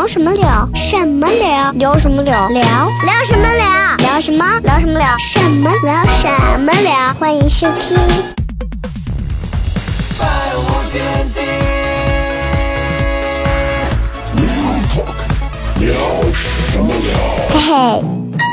聊什么聊？什么聊？聊什么聊？聊什么聊？聊什么？聊什么聊？什么聊？什么聊？欢迎收听。 百无禁忌，聊什么聊？ 嘿嘿。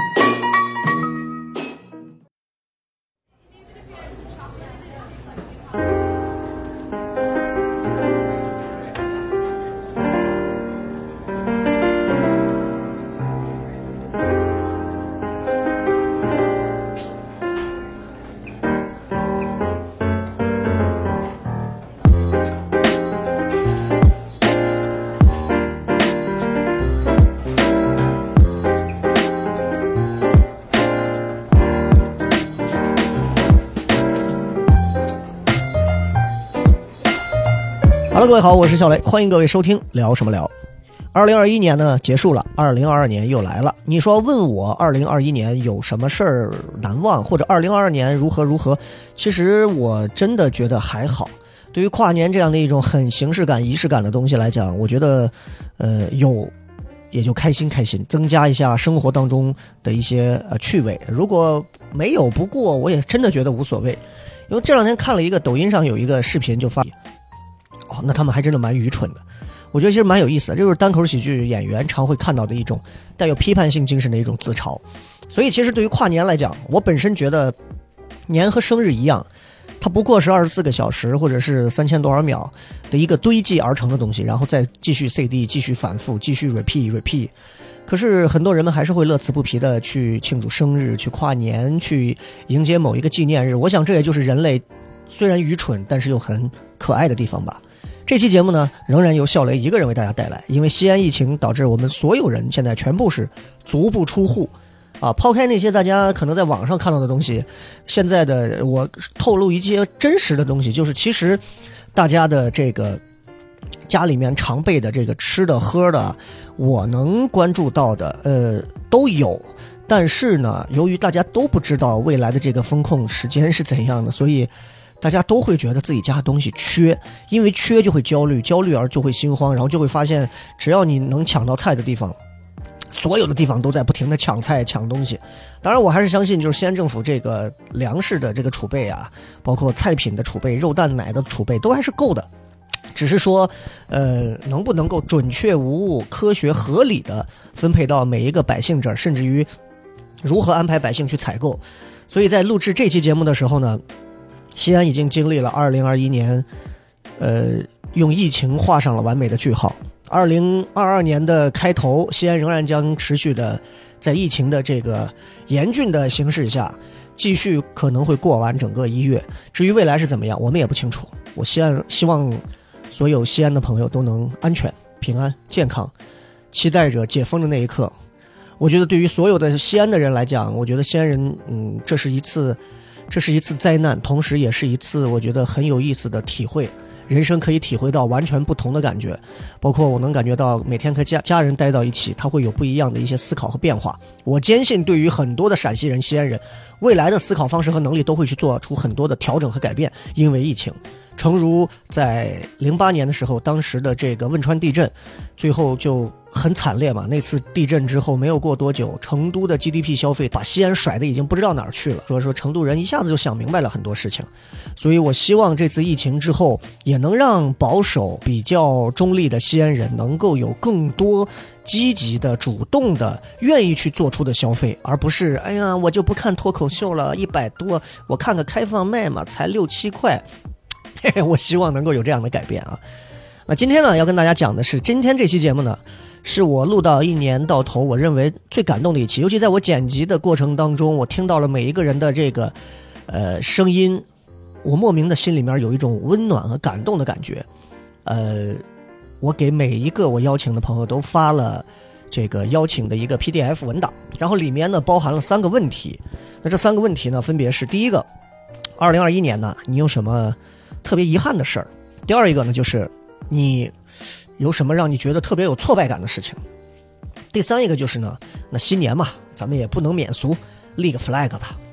Hello， 各位好，我是小雷，欢迎各位收听聊什么聊。2021年呢结束了，2022年又来了。你说问我2021年有什么事儿难忘，或者2022年如何，其实我真的觉得还好。对于跨年这样的一种很形式感、仪式感的东西来讲，我觉得有也就开心，增加一下生活当中的一些趣味。如果没有不过，我也真的觉得无所谓。因为这两天看了一个抖音上有一个视频，就发那他们还真的蛮愚蠢的。我觉得其实蛮有意思的，这就是单口喜剧演员常会看到的一种带有批判性精神的一种自嘲。所以其实对于跨年来讲，我本身觉得年和生日一样，它不过是24个小时或者是3000多少秒的一个堆积而成的东西，然后再继续 CD 继续反复继续 repeat。 可是很多人们还是会乐此不疲的去庆祝生日，去跨年，去迎接某一个纪念日。我想这也就是人类虽然愚蠢但是又很可爱的地方吧。这期节目呢，仍然由笑雷一个人为大家带来，因为西安疫情导致我们所有人现在全部是足不出户啊。抛开那些大家可能在网上看到的东西，现在的我透露一些真实的东西，就是其实大家的这个家里面常备的这个吃的喝的，我能关注到的都有。但是呢，由于大家都不知道未来的这个风控时间是怎样的，所以大家都会觉得自己家的东西缺，因为缺就会焦虑而就会心慌，然后就会发现只要你能抢到菜的地方，所有的地方都在不停的抢菜抢东西。当然我还是相信就是西安政府这个粮食的这个储备啊，包括菜品的储备，肉蛋奶的储备都还是够的，只是说能不能够准确无误科学合理的分配到每一个百姓这儿，甚至于如何安排百姓去采购。所以在录制这期节目的时候呢，西安已经经历了2021年用疫情画上了完美的句号。2022年的开头，西安仍然将持续的在疫情的这个严峻的形势下继续可能会过完整个1月。至于未来是怎么样，我们也不清楚。我希望所有西安的朋友都能安全平安健康，期待着解封的那一刻。我觉得对于所有的西安的人来讲，我觉得西安人这是一次灾难，同时也是一次我觉得很有意思的体会。人生可以体会到完全不同的感觉，包括我能感觉到每天和家人待到一起，他会有不一样的一些思考和变化。我坚信对于很多的陕西人西安人，未来的思考方式和能力都会去做出很多的调整和改变。因为疫情，诚如在08年的时候，当时的这个汶川地震最后就很惨烈嘛，那次地震之后没有过多久，成都的 GDP 消费把西安甩的已经不知道哪儿去了。说成都人一下子就想明白了很多事情。所以我希望这次疫情之后也能让保守比较中立的西安人能够有更多积极的主动的愿意去做出的消费，而不是哎呀我就不看脱口秀了100多，我看个开放麦嘛才6、7块。我希望能够有这样的改变啊。那今天呢要跟大家讲的是，今天这期节目呢是我录到1年到头我认为最感动的一期，尤其在我剪辑的过程当中，我听到了每一个人的这个声音，我莫名的心里面有一种温暖和感动的感觉。我给每一个我邀请的朋友都发了这个邀请的一个 PDF 文档，然后里面呢包含了3个问题。那这3个问题呢分别是：第一个，2021年呢你有什么特别遗憾的事儿？第二一个呢就是你有什么让你觉得特别有挫败感的事情？第三一个就是呢，那新年嘛，咱们也不能免俗，立个 flag 吧。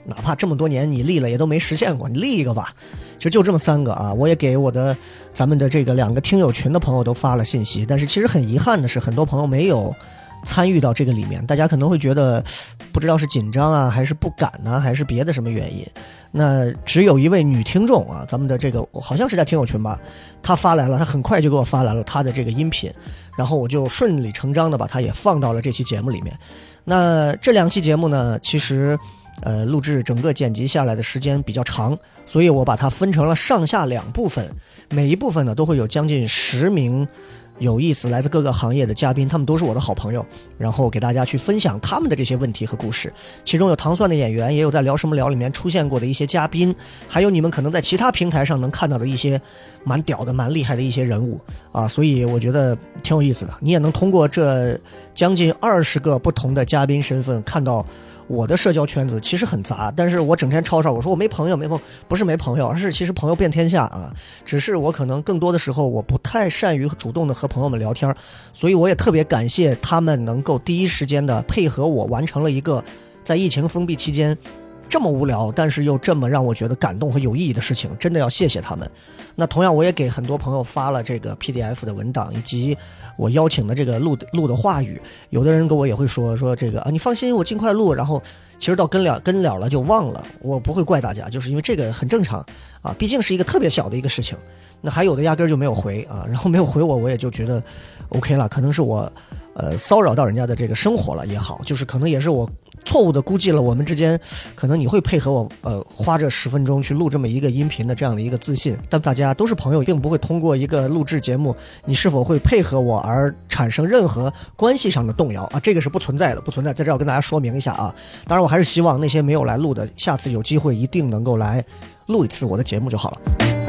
哪怕这么多年你立了也都没实现过，你立一个吧。其实就这么3个啊，我也给咱们的这个2个听友群的朋友都发了信息，但是其实很遗憾的是，很多朋友没有参与到这个里面，大家可能会觉得不知道是紧张啊，还是不敢呢，还是别的什么原因。那只有一位女听众啊，咱们的这个好像是在听友群吧，她发来了，她很快就给我发来了她的这个音频，然后我就顺理成章的把它也放到了这期节目里面。那这2期节目呢，其实录制整个剪辑下来的时间比较长，所以我把它分成了上下2部分，每一部分呢都会有将近10名有意思来自各个行业的嘉宾，他们都是我的好朋友，然后给大家去分享他们的这些问题和故事。其中有糖蒜的演员，也有在聊什么聊里面出现过的一些嘉宾，还有你们可能在其他平台上能看到的一些蛮屌的蛮厉害的一些人物啊，所以我觉得挺有意思的。你也能通过这将近20个不同的嘉宾身份看到我的社交圈子其实很杂，但是我整天吵吵，我说我没朋友，不是没朋友，而是其实朋友遍天下啊。只是我可能更多的时候我不太善于主动的和朋友们聊天，所以我也特别感谢他们能够第一时间的配合我，完成了一个在疫情封闭期间这么无聊但是又这么让我觉得感动和有意义的事情，真的要谢谢他们。那同样我也给很多朋友发了这个 PDF 的文档，以及我邀请的这个录的话语。有的人跟我也会说这个啊，你放心，我尽快录，然后其实到跟了了就忘了。我不会怪大家，就是因为这个很正常啊，毕竟是一个特别小的一个事情。那还有的压根就没有回啊，然后没有回我也就觉得 OK 了，可能是我骚扰到人家的这个生活了也好，就是可能也是我错误的估计了我们之间可能你会配合我花这10分钟去录这么一个音频的这样的一个自信。但大家都是朋友，并不会通过一个录制节目你是否会配合我而产生任何关系上的动摇啊，这个是不存在的，在这儿要跟大家说明一下啊。当然我还是希望那些没有来录的下次有机会一定能够来录一次我的节目就好了。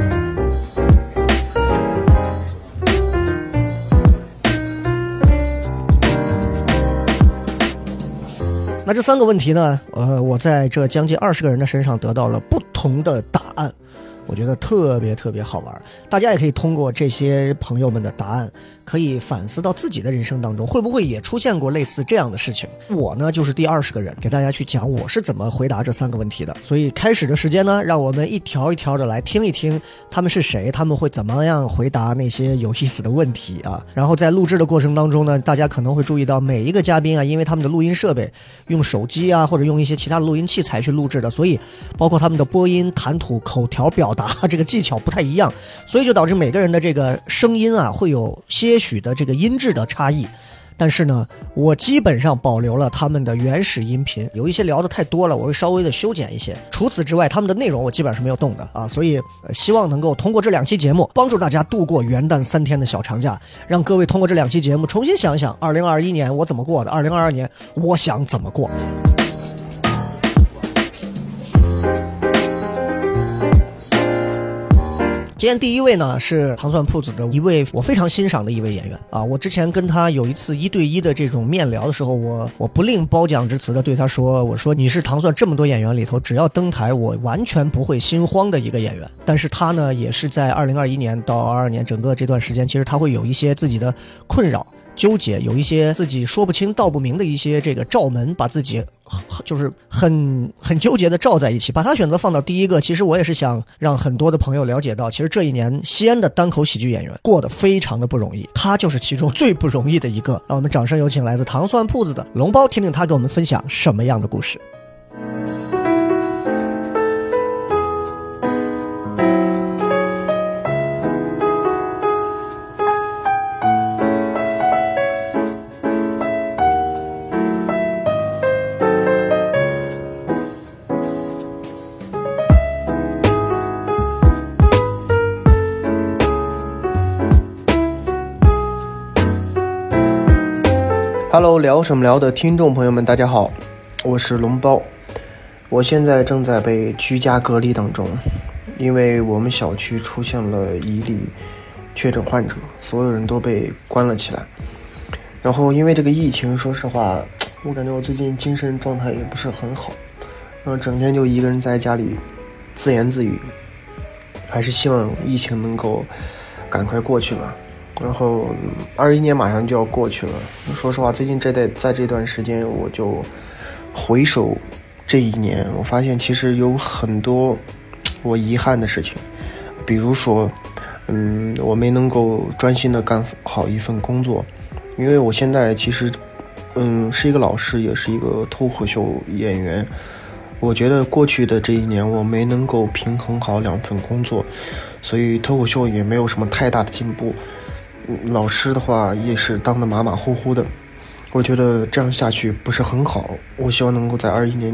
那这3个问题呢，我在这将近20个人的身上得到了不同的答案，我觉得特别特别好玩。大家也可以通过这些朋友们的答案，可以反思到自己的人生当中会不会也出现过类似这样的事情。我呢就是第20个人，给大家去讲我是怎么回答这3个问题的。所以开始的时间呢，让我们一条一条的来听一听他们是谁，他们会怎么样回答那些有意思的问题啊。然后在录制的过程当中呢，大家可能会注意到每一个嘉宾啊，因为他们的录音设备用手机啊或者用一些其他的录音器材去录制的，所以包括他们的播音、谈吐、口条表达这个技巧不太一样，所以就导致每个人的这个声音啊会有些许的这个音质的差异。但是呢，我基本上保留了他们的原始音频，有一些聊得太多了，我会稍微的修剪一些。除此之外，他们的内容我基本上是没有动的啊。所以希望能够通过这2期节目，帮助大家度过元旦3天的小长假，让各位通过这2期节目重新想想2021年我怎么过的，2022年我想怎么过。今天第一位呢是糖蒜铺子的一位我非常欣赏的一位演员啊，我之前跟他有一次1对1的这种面聊的时候，我不吝褒奖之词的对他说，我说你是糖蒜这么多演员里头只要登台我完全不会心慌的一个演员。但是他呢也是在2021年到22年整个这段时间，其实他会有一些自己的困扰纠结，有一些自己说不清道不明的一些这个罩门，把自己就是很纠结的罩在一起。把他选择放到第一个，其实我也是想让很多的朋友了解到，其实这一年西安的单口喜剧演员过得非常的不容易，他就是其中最不容易的一个。让我们掌声有请来自糖蒜铺子的龙包，听听他给我们分享什么样的故事。 Hello， 聊什么聊的听众朋友们，大家好，我是龙包。我现在正在被居家隔离当中，因为我们小区出现了1例确诊患者，所有人都被关了起来。然后因为这个疫情，说实话，我感觉我最近精神状态也不是很好，然后整天就一个人在家里自言自语，还是希望疫情能够赶快过去吧。然后21年马上就要过去了，说实话最近在这段时间我就回首这一年，我发现其实有很多我遗憾的事情，比如说，我没能够专心的干好一份工作，因为我现在其实，是一个老师，也是一个脱口秀演员。我觉得过去的这一年，我没能够平衡好2份工作，所以脱口秀也没有什么太大的进步。老师的话也是当得马马虎虎的，我觉得这样下去不是很好。我希望能够在21年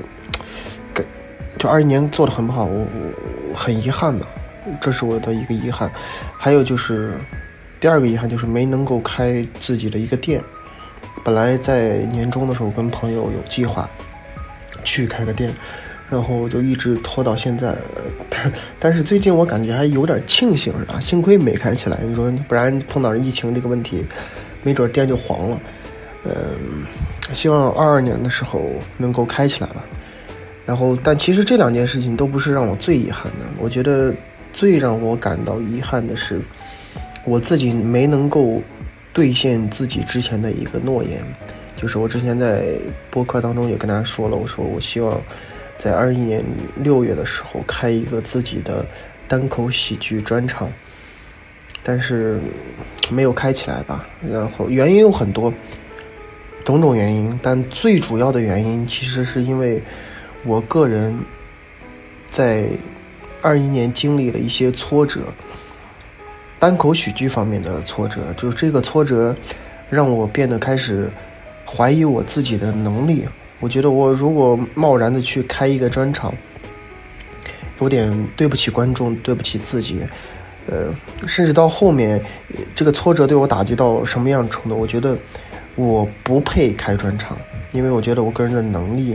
就21年做得很不好，我很遗憾吧，这是我的一个遗憾。还有就是第2个遗憾就是没能够开自己的一个店，本来在年终的时候跟朋友有计划去开个店，然后就一直拖到现在。但是最近我感觉还有点庆幸啊，幸亏没开起来，你说不然碰到疫情这个问题，没准店就黄了。希望22年的时候能够开起来吧。然后但其实这2件事情都不是让我最遗憾的，我觉得最让我感到遗憾的是我自己没能够兑现自己之前的一个诺言，就是我之前在播客当中也跟大家说了，我说我希望在21年6月的时候开一个自己的单口喜剧专场，但是没有开起来吧。然后原因有很多，种种原因，但最主要的原因其实是因为我个人在21年经历了一些挫折，单口喜剧方面的挫折，就是这个挫折让我变得开始怀疑我自己的能力。我觉得我如果贸然的去开一个专场，有点对不起观众，对不起自己。甚至到后面这个挫折对我打击到什么样程度，我觉得我不配开专场，因为我觉得我个人的能力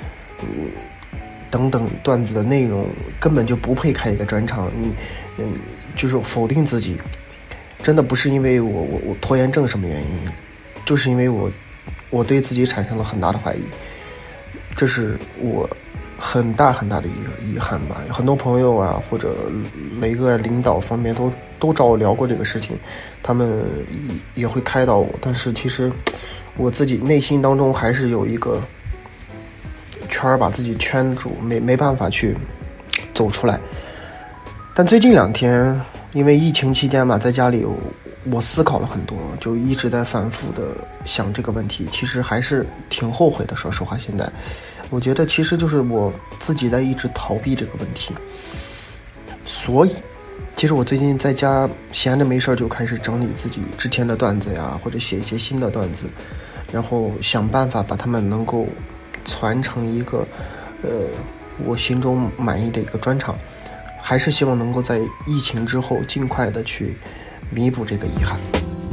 等等段子的内容根本就不配开一个专场。就是否定自己，真的不是因为我拖延症什么原因，就是因为我对自己产生了很大的怀疑，这是我很大很大的一个遗憾吧。很多朋友啊，或者每个领导方面都找我聊过这个事情，他们也会开导我，但是其实我自己内心当中还是有一个圈把自己圈住，没办法去走出来。但最近2天因为疫情期间嘛，在家里我思考了很多，就一直在反复的想这个问题，其实还是挺后悔的。说实话，现在我觉得其实就是我自己在一直逃避这个问题。所以其实我最近在家闲着没事就开始整理自己之前的段子呀，或者写一些新的段子，然后想办法把它们能够传成一个我心中满意的一个专场，还是希望能够在疫情之后尽快的去弥补这个遗憾。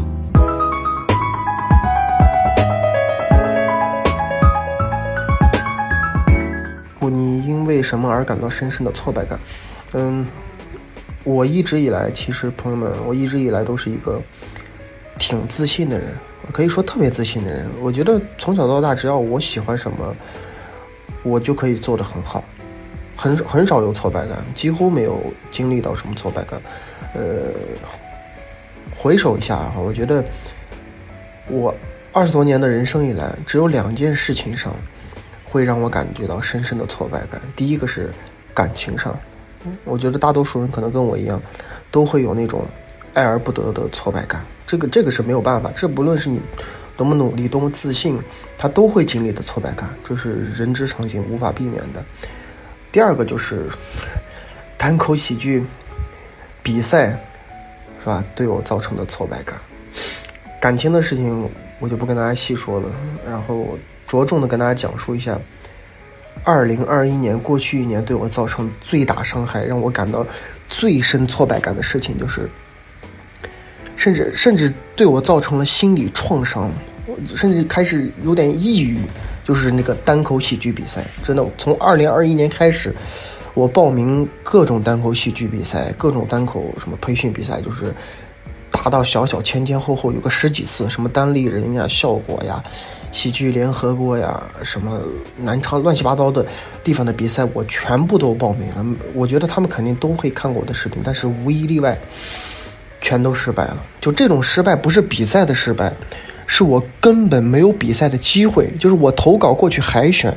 你因为什么而感到深深的挫败感？我一直以来，其实朋友们，我一直以来都是一个挺自信的人，可以说特别自信的人。我觉得从小到大，只要我喜欢什么，我就可以做得很好，很少有挫败感，几乎没有经历到什么挫败感。回首一下啊，我觉得我20多年的人生以来，只有2件事情上会让我感觉到深深的挫败感。第一个是感情上，我觉得大多数人可能跟我一样，都会有那种爱而不得的挫败感。这个是没有办法，这不论是你多么努力，多么自信，他都会经历的挫败感，这是人之常情，无法避免的。第2个就是单口喜剧比赛，是吧？对我造成的挫败感。感情的事情我就不跟大家细说了，然后着重的跟大家讲述一下2021年过去1年对我造成最大伤害，让我感到最深挫败感的事情，就是甚至对我造成了心理创伤，甚至开始有点抑郁，就是那个单口喜剧比赛。真的，从2021年开始，我报名各种单口喜剧比赛，各种单口什么培训比赛，就是大到小前后有个10几次，什么单立人呀、效果呀、喜剧联合国呀，什么南昌乱七八糟的地方的比赛，我全部都报名了。我觉得他们肯定都会看过我的视频，但是无一例外全都失败了。就这种失败不是比赛的失败，是我根本没有比赛的机会。就是我投稿过去海选，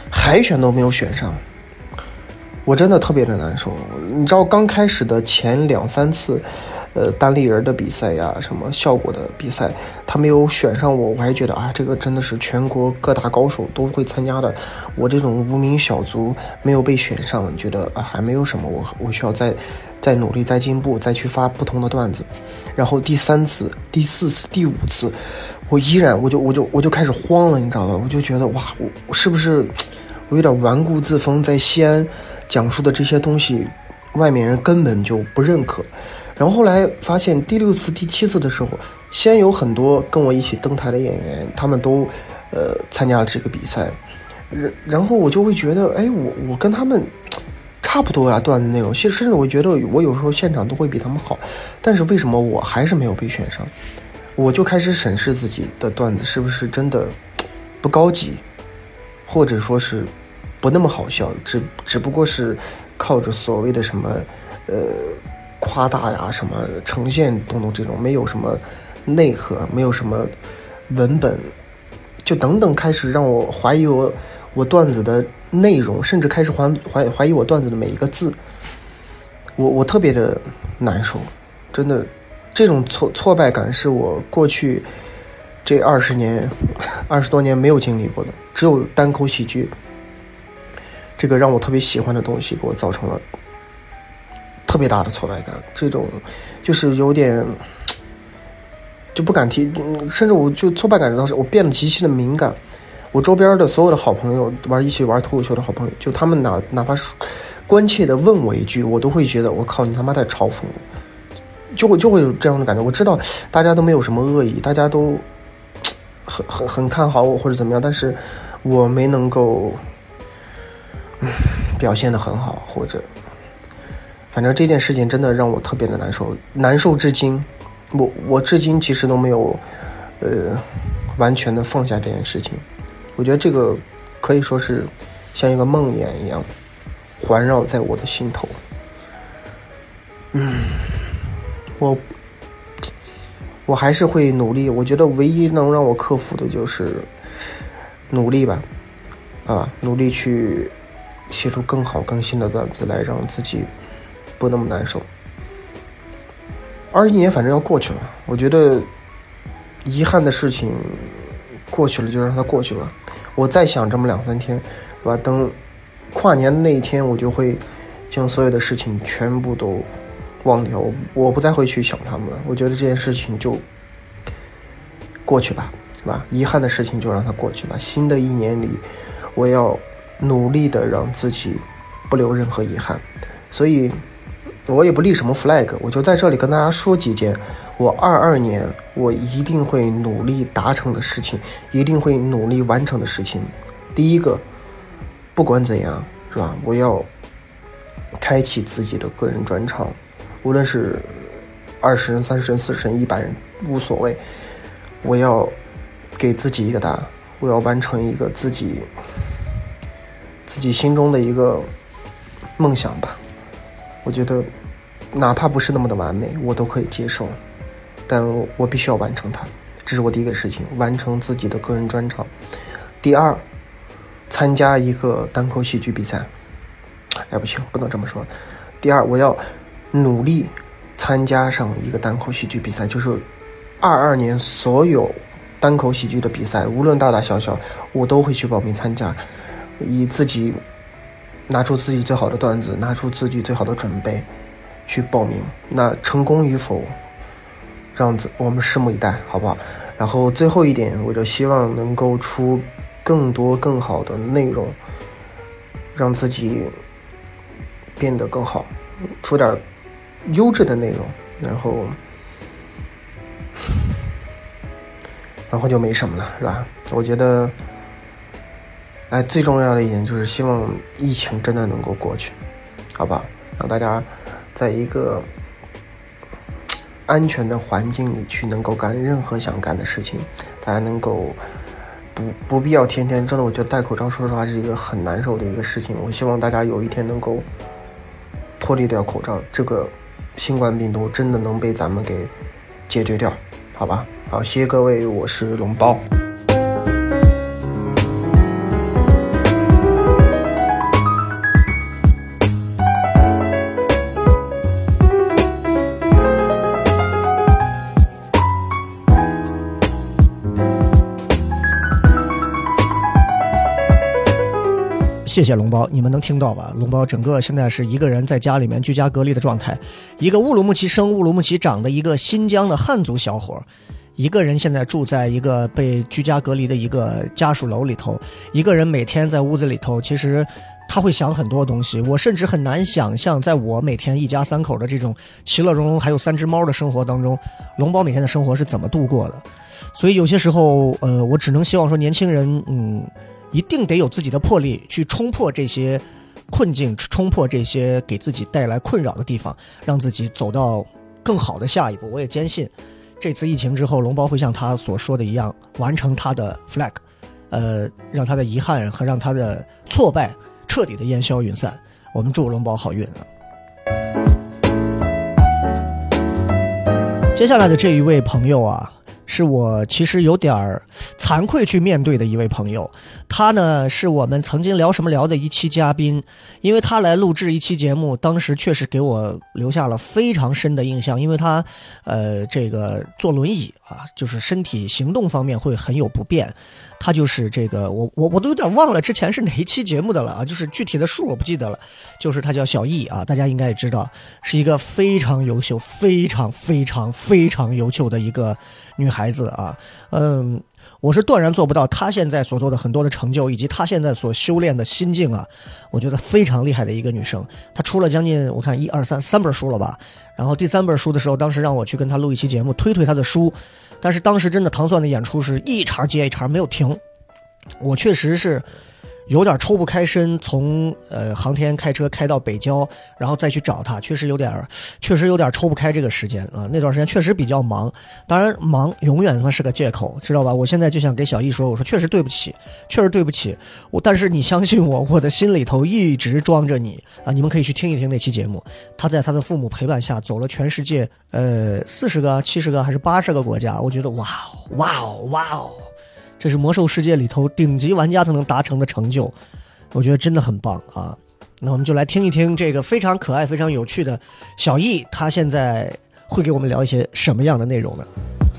海选都没有选上，我真的特别的难受。你知道刚开始的前2-3次单立人的比赛呀，什么效果的比赛，他没有选上我还觉得啊，这个真的是全国各大高手都会参加的，我这种无名小卒没有被选上，觉得啊还没有什么，我需要再努力再进步，再去发不同的段子。然后第3次第4次第5次，我依然我就开始慌了，你知道吧？我就觉得哇，我是不是我有点顽固自封，在西安讲述的这些东西外面人根本就不认可。然后后来发现第6次第7次的时候，西安有很多跟我一起登台的演员，他们都参加了这个比赛，然后我就会觉得哎，我跟他们差不多呀，段子内容甚至我觉得我有时候现场都会比他们好，但是为什么我还是没有被选上？我就开始审视自己的段子是不是真的不高级，或者说是不那么好笑，只不过是靠着所谓的什么夸大呀，什么呈现等这种，没有什么内核，没有什么文本，就等等，开始让我怀疑我段子的内容，甚至开始怀疑我段子的每一个字。我特别的难受，真的，这种挫败感是我过去这20多年没有经历过的，只有单口喜剧这个让我特别喜欢的东西给我造成了特别大的挫败感，这种就是有点就不敢提，甚至我就挫败感当时我变得极其的敏感。我周边的所有的好朋友，一起玩脱口秀的好朋友，就他们哪怕是关切的问我一句，我都会觉得我靠，你他妈在嘲讽我，就会有这样的感觉。我知道大家都没有什么恶意，大家都很看好我或者怎么样，但是我没能够表现得很好，或者反正这件事情真的让我特别的难受至今。我至今其实都没有完全的放下这件事情。我觉得这个可以说是像一个梦魇一样环绕在我的心头。我还是会努力，我觉得唯一能让我克服的就是努力吧，努力去写出更好更新的段子来，让自己不那么难受。21年反正要过去了，我觉得遗憾的事情过去了就让它过去了。我再想这么2-3天，是吧？等跨年的那一天，我就会将所有的事情全部都忘掉，我不再会去想他们了。我觉得这件事情就过去吧，是吧？遗憾的事情就让它过去吧。新的一年里，我要努力的让自己不留任何遗憾，所以我也不立什么 flag， 我就在这里跟大家说几件我22年我一定会努力达成的事情，一定会努力完成的事情。第一个，不管怎样，是吧？我要开启自己的个人专场，无论是20人、30人、40人、100人，无所谓。我要给自己一个答案，我要完成一个自己心中的一个梦想吧。我觉得哪怕不是那么的完美，我都可以接受，但我必须要完成它，这是我第一个事情，完成自己的个人专场。第二，参加一个单口喜剧比赛。不行，不能这么说。第二，我要努力参加上一个单口喜剧比赛，就是22年所有单口喜剧的比赛，无论大大小小，我都会去报名参加，以自己拿出自己最好的段子，拿出自己最好的准备去报名。那成功与否，让我们拭目以待，好不好？然后最后一点，我就希望能够出更多更好的内容，让自己变得更好，出点优质的内容，然后就没什么了，是吧？我觉得最重要的一点就是希望疫情真的能够过去，好吧？让大家在一个安全的环境里去能够干任何想干的事情，大家能够不必要天天，真的我觉得戴口罩说实话是一个很难受的一个事情。我希望大家有一天能够脱离掉口罩，这个新冠病毒真的能被咱们给解决掉，好吧？好，谢谢各位，我是龙包。 谢谢龙包，你们能听到吧？龙包整个现在是一个人在家里面居家隔离的状态，一个乌鲁木齐生乌鲁木齐长的一个新疆的汉族小伙，一个人现在住在一个被居家隔离的一个家属楼里头，一个人每天在屋子里头，其实他会想很多东西，我甚至很难想象，在我每天一家三口的这种其乐融融还有3只猫的生活当中，龙包每天的生活是怎么度过的。所以有些时候我只能希望说年轻人一定得有自己的魄力去冲破这些困境，冲破这些给自己带来困扰的地方，让自己走到更好的下一步。我也坚信这次疫情之后，龙包会像他所说的一样完成他的 flag， 让他的遗憾和让他的挫败彻底的烟消云散。我们祝龙包好运啊！接下来的这一位朋友啊，是我其实有点惭愧去面对的一位朋友。他呢是我们曾经聊什么聊的一期嘉宾，因为他来录制一期节目，当时确实给我留下了非常深的印象，因为他这个坐轮椅啊，就是身体行动方面会很有不便。他就是这个我都有点忘了之前是哪一期节目的了啊，就是具体的数我不记得了，就是他叫小易啊，大家应该也知道，是一个非常优秀非常非常非常优秀的一个女孩子啊。我是断然做不到她现在所做的很多的成就，以及她现在所修炼的心境啊，我觉得非常厉害的一个女生。她出了将近我看1、2、3本书了吧，然后第3本书的时候，当时让我去跟她录一期节目推她的书，但是当时真的糖蒜的演出是一茬接一茬没有停，我确实是有点抽不开身，从航天开车开到北郊，然后再去找他，确实有点抽不开这个时间啊。那段时间确实比较忙，当然忙永远他妈是个借口，知道吧？我现在就想给小易说，我说确实对不起，但是你相信我，我的心里头一直装着你啊！你们可以去听一听那期节目，他在他的父母陪伴下走了全世界40个、70个还是80个国家，我觉得哇哦！这是魔兽世界里头顶级玩家才能达成的成就，我觉得真的很棒啊！那我们就来听一听这个非常可爱非常有趣的小易，他现在会给我们聊一些什么样的内容呢？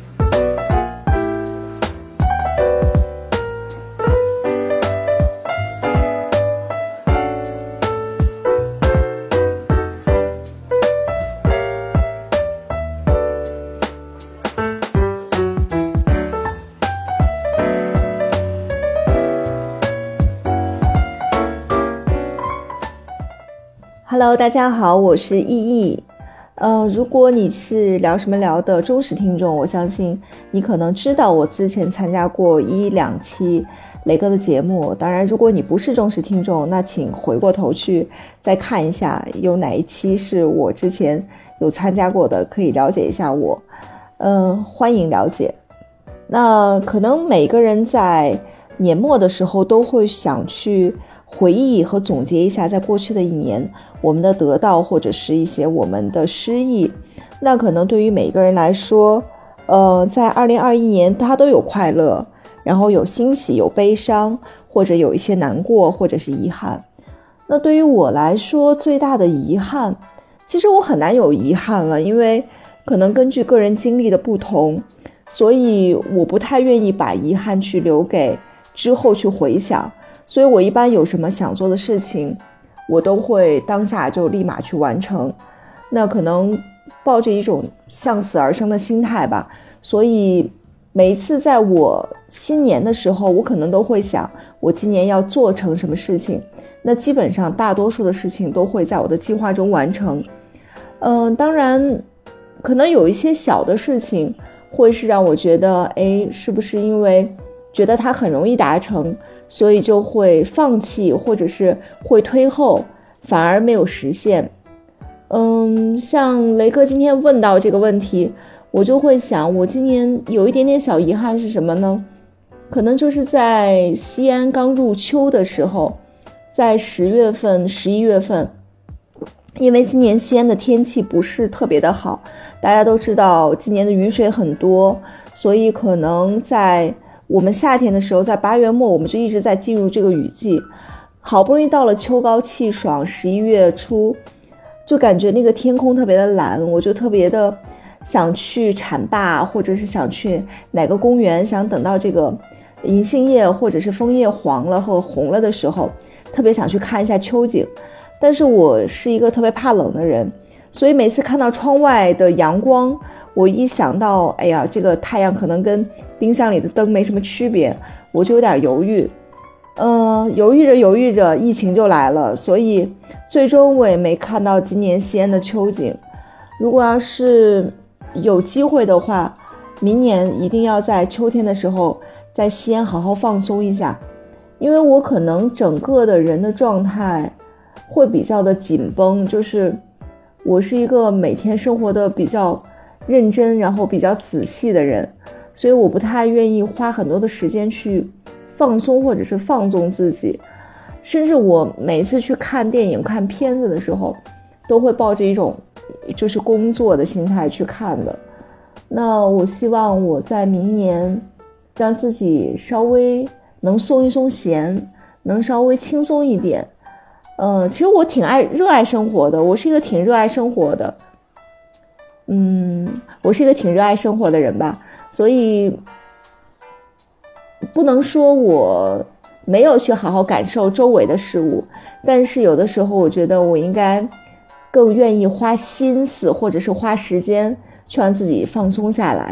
Hello， 大家好，我是易易。如果你是聊什么聊的忠实听众，我相信你可能知道我之前参加过1、2期雷哥的节目。当然，如果你不是忠实听众，那请回过头去再看一下有哪一期是我之前有参加过的，可以了解一下我。欢迎了解。那可能每个人在年末的时候都会想去回忆和总结一下在过去的1年我们的得到或者是一些我们的失意。那可能对于每个人来说在2021年他都有快乐，然后有欣喜有悲伤，或者有一些难过或者是遗憾。那对于我来说最大的遗憾，其实我很难有遗憾了，因为可能根据个人经历的不同，所以我不太愿意把遗憾去留给之后去回想。所以我一般有什么想做的事情，我都会当下就立马去完成。那可能抱着一种向死而生的心态吧，所以每一次在我新年的时候，我可能都会想我今年要做成什么事情。那基本上大多数的事情都会在我的计划中完成。当然可能有一些小的事情会是让我觉得是不是因为觉得它很容易达成，所以就会放弃，或者是会推后，反而没有实现。像雷哥今天问到这个问题，我就会想，我今年有一点点小遗憾是什么呢？可能就是在西安刚入秋的时候，在10月份、11月份，因为今年西安的天气不是特别的好，大家都知道今年的雨水很多，所以可能在我们夏天的时候，在8月末我们就一直在进入这个雨季，好不容易到了秋高气爽11月初，就感觉那个天空特别的蓝，我就特别的想去浐灞，或者是想去哪个公园，想等到这个银杏叶或者是枫叶黄了或红了的时候， 特别想去看一下秋景。但是我是一个特别怕冷的人，所以每次看到窗外的阳光，我一想到哎呀这个太阳可能跟冰箱里的灯没什么区别，我就有点犹豫。犹豫着疫情就来了，所以最终我也没看到今年西安的秋景。如果要是有机会的话，明年一定要在秋天的时候在西安好好放松一下，因为我可能整个的人的状态会比较的紧绷，就是我是一个每天生活的比较认真然后比较仔细的人，所以我不太愿意花很多的时间去放松或者是放纵自己，甚至我每次去看电影看片子的时候都会抱着一种就是工作的心态去看的。那我希望我在明年让自己稍微能松一松弦，能稍微轻松一点。其实我热爱生活的，我是一个挺热爱生活的人吧，所以不能说我没有去好好感受周围的事物，但是有的时候我觉得我应该更愿意花心思或者是花时间去让自己放松下来。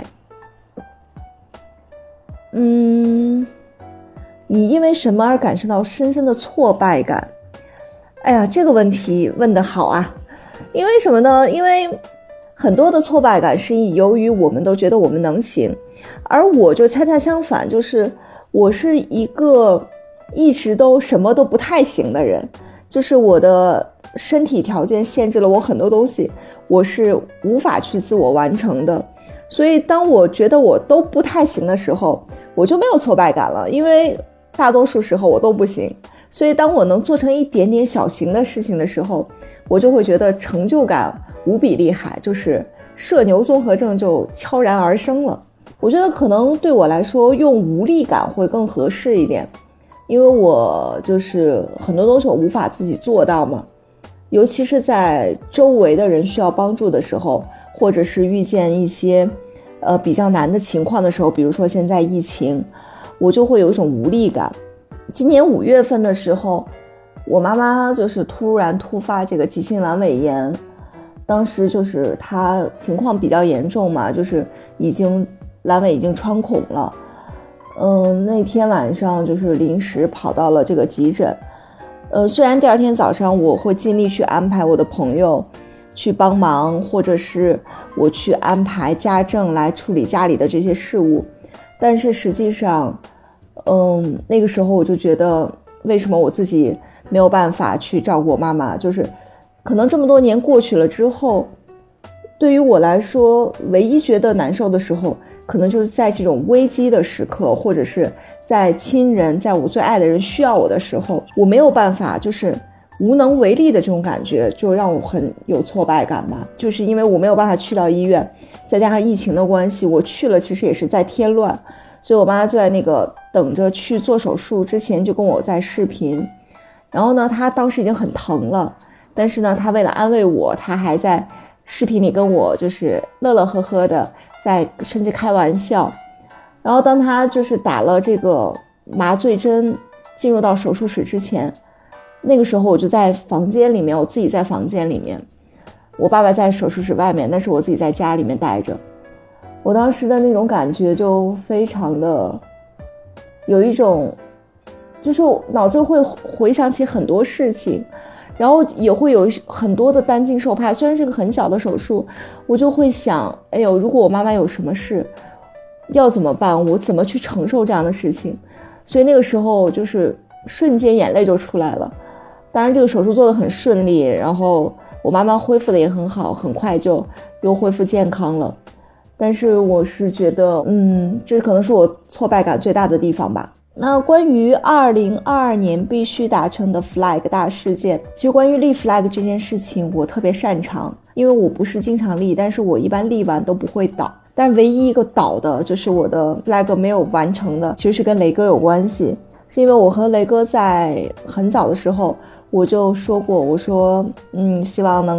你因为什么而感受到深深的挫败感？哎呀，这个问题问得好啊！因为什么呢？因为很多的挫败感是由于我们都觉得我们能行，而我就恰恰相反，就是我是一个一直都什么都不太行的人，就是我的身体条件限制了我很多东西，我是无法去自我完成的。所以当我觉得我都不太行的时候，我就没有挫败感了，因为大多数时候我都不行。所以当我能做成一点点小型的事情的时候，我就会觉得成就感无比厉害，就是社牛综合症就悄然而生了。我觉得可能对我来说用无力感会更合适一点，因为我就是很多东西我无法自己做到嘛，尤其是在周围的人需要帮助的时候，或者是遇见一些比较难的情况的时候，比如说现在疫情，我就会有一种无力感。今年5月份的时候，我妈妈就是突发这个急性阑尾炎，当时就是她情况比较严重嘛，就是阑尾已经穿孔了。那天晚上就是临时跑到了这个急诊。虽然第二天早上我会尽力去安排我的朋友去帮忙，或者是我去安排家政来处理家里的这些事务，但是实际上那个时候我就觉得为什么我自己没有办法去照顾我妈妈，就是可能这么多年过去了之后，对于我来说唯一觉得难受的时候，可能就是在这种危机的时刻，或者是在亲人，在我最爱的人需要我的时候，我没有办法，就是无能为力的这种感觉，就让我很有挫败感吧。就是因为我没有办法去到医院，再加上疫情的关系，我去了其实也是在添乱，所以我妈就在那个等着去做手术之前就跟我在视频，然后呢她当时已经很疼了，但是呢她为了安慰我，她还在视频里跟我就是乐乐呵呵的，甚至开玩笑。然后当她就是打了这个麻醉针进入到手术室之前，那个时候我就在房间里面，我自己在房间里面，我爸爸在手术室外面，但是我自己在家里面待着。我当时的那种感觉就非常的有一种，就是脑子会回想起很多事情，然后也会有很多的担惊受怕。虽然是个很小的手术，我就会想，哎呦，如果我妈妈有什么事要怎么办，我怎么去承受这样的事情。所以那个时候就是瞬间眼泪就出来了。当然这个手术做得很顺利，然后我妈妈恢复的也很好，很快就又恢复健康了。但是我是觉得这可能是我挫败感最大的地方吧。那关于2022年必须达成的 flag 大事件，其实关于立 flag 这件事情我特别擅长，因为我不是经常立，但是我一般立完都不会倒。但唯一一个倒的就是我的 flag 没有完成的，其实是跟雷哥有关系，是因为我和雷哥在很早的时候我就说过，我说希望能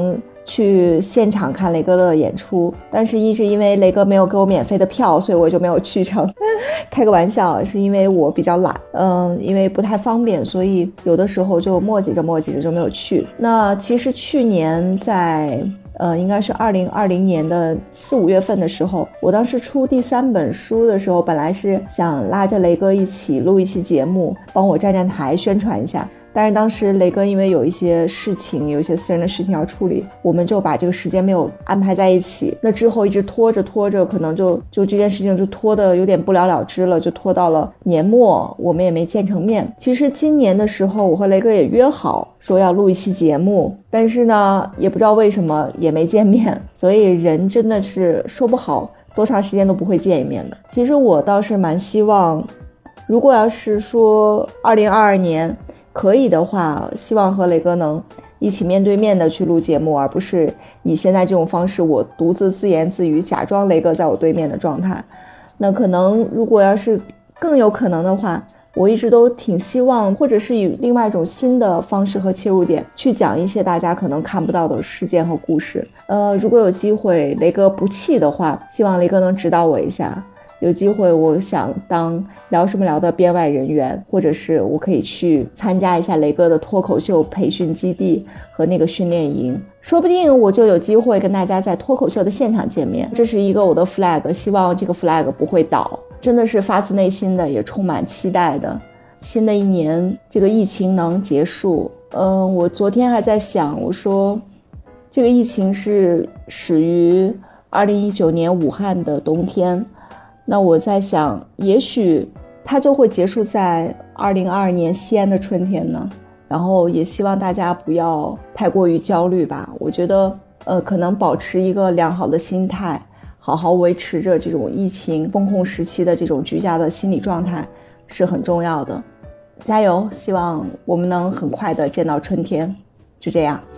去现场看雷哥的演出，但是一直因为雷哥没有给我免费的票，所以我就没有去成。开个玩笑，是因为我比较懒，因为不太方便，所以有的时候就磨叽着就没有去。那其实去年在应该是2020年的4、5月份的时候，我当时出第3本书的时候，本来是想拉着雷哥一起录一期节目，帮我站台宣传一下。但是当时雷哥因为有一些事情，有一些私人的事情要处理，我们就把这个时间没有安排在一起。那之后一直拖着，可能就这件事情就拖得有点不了了之了，就拖到了年末，我们也没见成面。其实今年的时候，我和雷哥也约好说要录一期节目，但是呢，也不知道为什么也没见面，所以人真的是说不好多长时间都不会见一面的。其实我倒是蛮希望，如果要是说2022年可以的话，希望和雷哥能一起面对面的去录节目，而不是以现在这种方式我独自自言自语，假装雷哥在我对面的状态。那可能如果要是更有可能的话，我一直都挺希望，或者是以另外一种新的方式和切入点去讲一些大家可能看不到的事件和故事。如果有机会雷哥不弃的话，希望雷哥能指导我一下。有机会我想当聊什么聊的编外人员，或者是我可以去参加一下雷哥的脱口秀培训基地和那个训练营，说不定我就有机会跟大家在脱口秀的现场见面。这是一个我的 flag， 希望这个 flag 不会倒，真的是发自内心的，也充满期待的。新的一年这个疫情能结束，我昨天还在想，我说这个疫情是始于2019年武汉的冬天，那我在想，也许它就会结束在2022年西安的春天呢。然后也希望大家不要太过于焦虑吧。我觉得，可能保持一个良好的心态，好好维持着这种疫情风控时期的这种居家的心理状态是很重要的。加油，希望我们能很快的见到春天。就这样。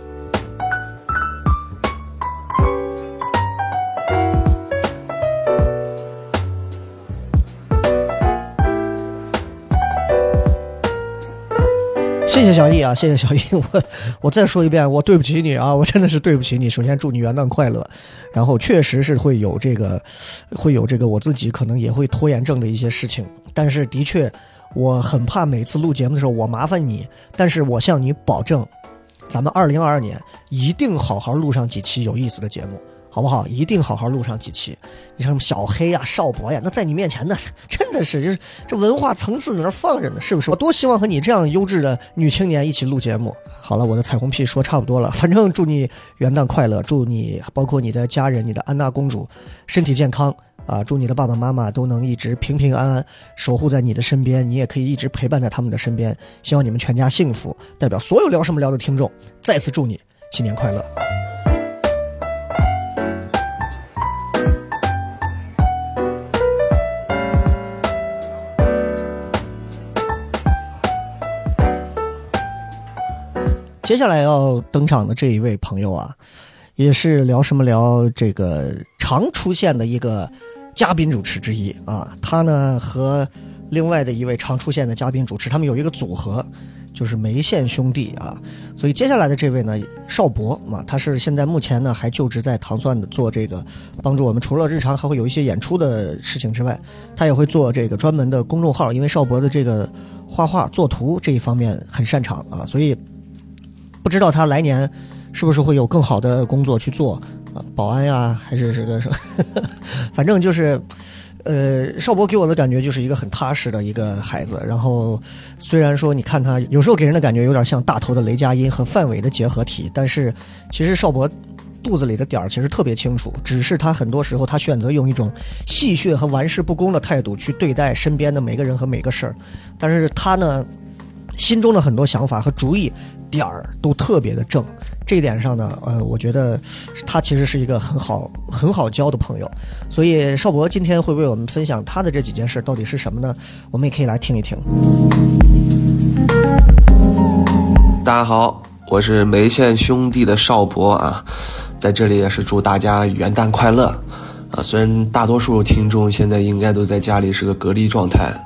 谢谢小易啊，谢谢小易，我再说一遍，我对不起你啊，我真的是对不起你。首先祝你元旦快乐，然后确实是会有这个我自己可能也会拖延症的一些事情，但是的确我很怕每次录节目的时候我麻烦你，但是我向你保证，咱们2022年一定好好录上几期有意思的节目，好不好？一定好好录上几期。你像小黑啊、邵博呀，那在你面前那真的是就是这文化层次在那放着呢，是不是？我多希望和你这样优质的女青年一起录节目。好了，我的彩虹屁说差不多了，反正祝你元旦快乐，祝你包括你的家人、你的安娜公主身体健康啊！祝你的爸爸妈妈都能一直平平安安守护在你的身边，你也可以一直陪伴在他们的身边。希望你们全家幸福。代表所有聊什么聊的听众，再次祝你新年快乐。接下来要登场的这一位朋友啊，也是聊什么聊这个常出现的一个嘉宾主持之一啊。他呢和另外的一位常出现的嘉宾主持，他们有一个组合，就是梅县兄弟啊。所以接下来的这位呢，邵博啊，他是现在目前呢还就职在糖蒜的，做这个帮助我们除了日常还会有一些演出的事情之外，他也会做这个专门的公众号，因为邵博的这个画画作图这一方面很擅长啊，所以不知道他来年是不是会有更好的工作去做啊，保安呀，还是这个反正就是邵博给我的感觉就是一个很踏实的一个孩子。然后虽然说你看他有时候给人的感觉有点像大头的雷佳音和范伟的结合体，但是其实邵博肚子里的点儿其实特别清楚，只是他很多时候他选择用一种戏谑和玩世不恭的态度去对待身边的每个人和每个事儿，但是他呢心中的很多想法和主意点儿都特别的正，这一点上呢，我觉得他其实是一个很好交的朋友。所以邵博今天会为我们分享他的这几件事到底是什么呢？我们也可以来听一听。 大家好，我是梅县兄弟的邵博啊，在这里也是祝大家元旦快乐啊！虽然大多数听众现在应该都在家里是个隔离状态，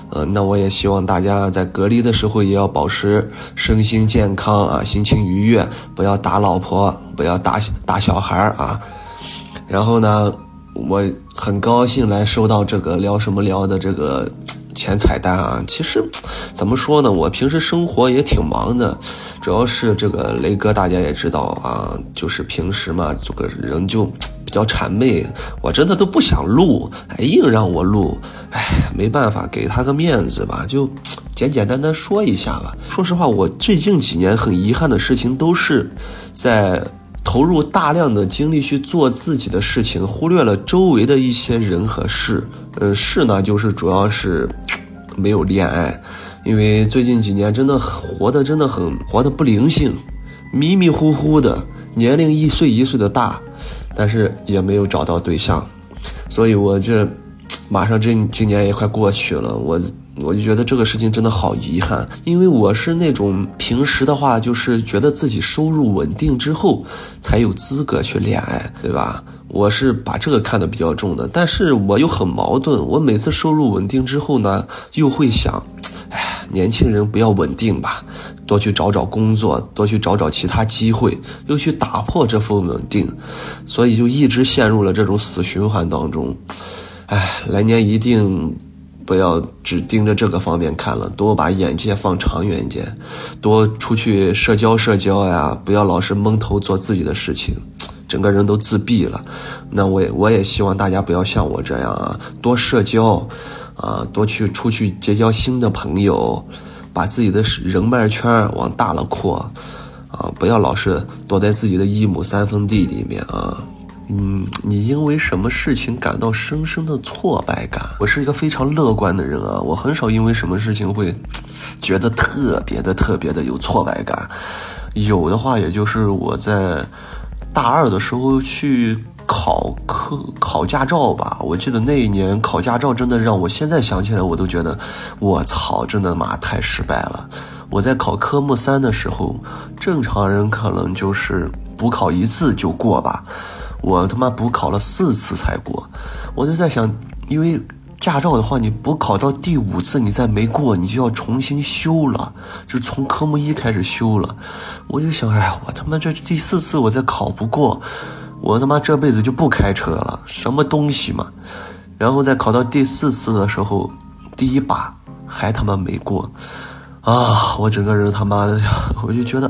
那我也希望大家在隔离的时候也要保持身心健康啊，心情愉悦，不要打老婆，不要打小孩啊。然后呢，我很高兴来收到这个聊什么聊的这个前彩蛋啊。其实怎么说呢，我平时生活也挺忙的，主要是这个雷哥大家也知道啊，就是平时嘛这个人就比较谄媚，我真的都不想录，硬让我录，没办法，给他个面子吧，就简简单单说一下吧。说实话，我最近几年很遗憾的事情都是在投入大量的精力去做自己的事情，忽略了周围的一些人和事。事呢，就是主要是没有恋爱，因为最近几年真的活得不灵性，迷迷糊糊的，年龄一岁一岁的大，但是也没有找到对象。所以我这马上今年也快过去了，我就觉得这个事情真的好遗憾，因为我是那种平时的话就是觉得自己收入稳定之后才有资格去恋爱，对吧？我是把这个看得比较重的，但是我又很矛盾，我每次收入稳定之后呢，又会想，年轻人不要稳定吧，多去找找工作，多去找找其他机会，又去打破这份稳定，所以就一直陷入了这种死循环当中。来年一定不要只盯着这个方面看了，多把眼界放长远一点，多出去社交呀，不要老是蒙头做自己的事情，整个人都自闭了。那我也希望大家不要像我这样啊，多社交啊，多出去结交新的朋友，把自己的人脉圈往大了扩啊，不要老是躲在自己的一亩三分地里面啊。你因为什么事情感到深深的挫败感？我是一个非常乐观的人啊，我很少因为什么事情会觉得特别的有挫败感。有的话，也就是我在大二的时候去考驾照吧。我记得那一年考驾照真的让我现在想起来我都觉得我操，真的妈太失败了。我在考科目3的时候，正常人可能就是补考1次就过吧，我他妈补考了4次才过。我就在想，因为驾照的话，你补考到第5次你再没过，你就要重新修了，就从科目1开始修了。我就想，我他妈这第4次我再考不过，我他妈这辈子就不开车了，什么东西嘛。然后在考到第4次的时候，第1把还他妈没过啊！我整个人他妈的，我就觉得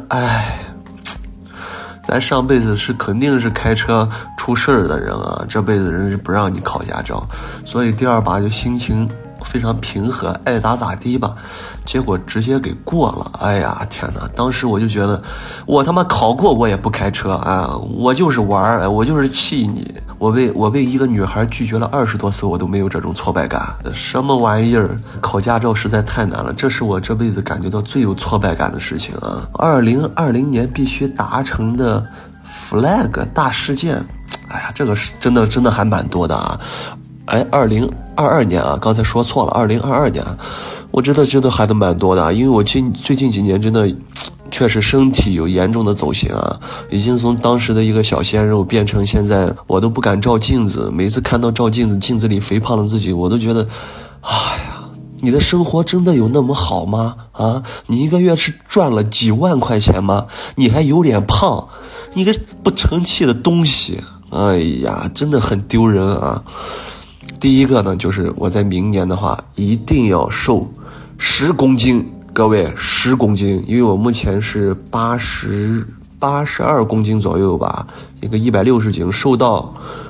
咱上辈子肯定是开车出事儿的人啊，这辈子人是不让你考驾照，所以第2把就心情非常平和，爱咋咋地吧，结果直接给过了。天哪！当时我就觉得，我他妈考过我也不开车啊，我就是玩，我就是气你。我被一个女孩拒绝了20多次，我都没有这种挫败感。什么玩意儿？考驾照实在太难了，这是我这辈子感觉到最有挫败感的事情啊！2020年必须达成的 flag 大事件，这个是真的还蛮多的啊。2022年啊，刚才说错了，2022年，我真的还蛮多的啊，因为我最近几年真的确实身体有严重的走形啊，已经从当时的一个小鲜肉变成现在我都不敢照镜子，每次看到照镜子里肥胖的自己，我都觉得，你的生活真的有那么好吗？啊，你一个月是赚了几万块钱吗？你还有点胖，你个不成器的东西，真的很丢人啊。第一个呢，就是我在明年的话一定要瘦10公斤，各位10公斤，因为我目前是82公斤左右吧，一个160斤，瘦到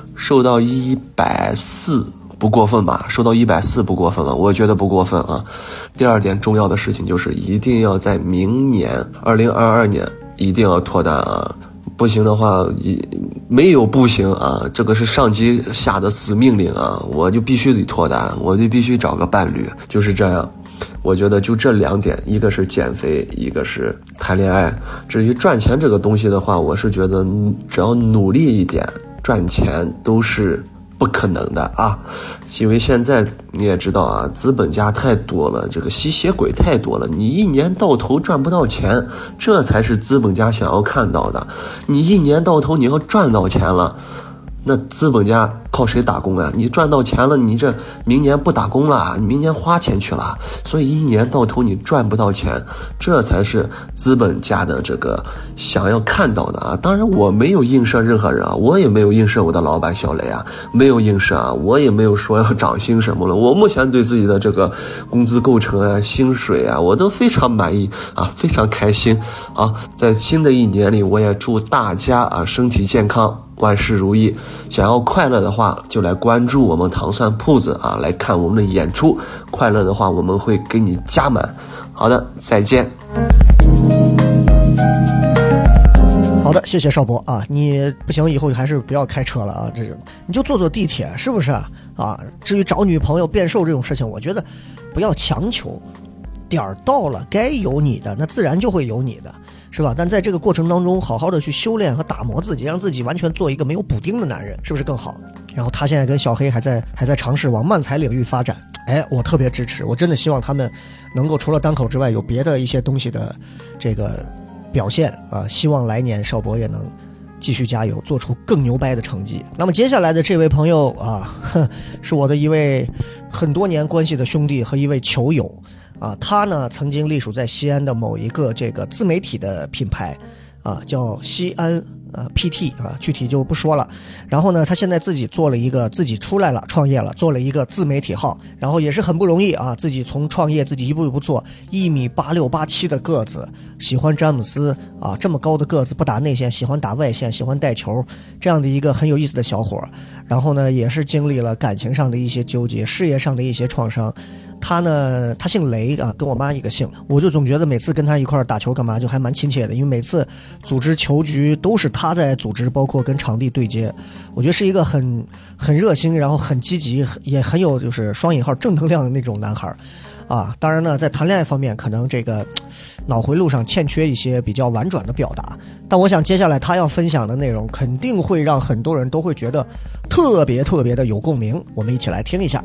140不过分吧，瘦到140不过分吧，我觉得不过分啊。第2点重要的事情就是一定要在明年2022年一定要脱单啊，不行的话没有不行啊，这个是上级下的死命令啊，我就必须得脱单，我就必须找个伴侣，就是这样。我觉得就这2点，一个是减肥，一个是谈恋爱。至于赚钱这个东西的话，我是觉得只要努力一点，赚钱都是不可能的啊，因为现在你也知道啊，资本家太多了，这个吸血鬼太多了，你一年到头赚不到钱，这才是资本家想要看到的。你一年到头你要赚到钱了， 那资本家靠谁打工啊？你赚到钱了，你这明年不打工了，你明年花钱去了，所以一年到头你赚不到钱，这才是资本家的这个想要看到的啊。当然我没有映射任何人啊，我也没有映射我的老板小雷啊，没有映射啊，我也没有说要涨薪什么了。我目前对自己的这个工资构成啊、薪水啊，我都非常满意啊，非常开心啊。在新的一年里，我也祝大家啊身体健康，万事如意。想要快乐的话，就来关注我们糖蒜铺子啊，来看我们的演出。快乐的话，我们会给你加满。好的，再见。 好的，谢谢邵博啊，你不行以后还是不要开车了啊，这种你就坐地铁，是不是啊？至于找女朋友变瘦这种事情，我觉得不要强求，点儿到了该有你的，那自然就会有你的，是吧？但在这个过程当中，好好的去修炼和打磨自己，让自己完全做一个没有补丁的男人，是不是更好？然后他现在跟小黑还在尝试往漫才领域发展，哎，我特别支持，我真的希望他们能够除了单口之外，有别的一些东西的这个表现啊！希望来年邵博也能继续加油，做出更牛掰的成绩。那么接下来的这位朋友啊，是我的一位很多年关系的兄弟和一位球友啊，他呢曾经隶属在西安的某一个这个自媒体的品牌啊，叫西安PT 啊，具体就不说了。然后呢，他现在自己出来了，创业了，做了一个自媒体号，然后也是很不容易啊，自己从创业自己一步一步做，1.86米87的个子，喜欢詹姆斯啊，这么高的个子不打内线，喜欢打外线，喜欢带球，这样的一个很有意思的小伙。然后呢，也是经历了感情上的一些纠结，事业上的一些创伤。他呢，他姓雷啊，跟我妈一个姓，我就总觉得每次跟他一块打球干嘛就还蛮亲切的，因为每次组织球局都是他在组织，包括跟场地对接，我觉得是一个很热心，然后很积极，也很有就是双引号正能量的那种男孩啊。当然呢，在谈恋爱方面可能这个脑回路上欠缺一些比较婉转的表达，但我想接下来他要分享的内容肯定会让很多人都会觉得特别的有共鸣，我们一起来听一下。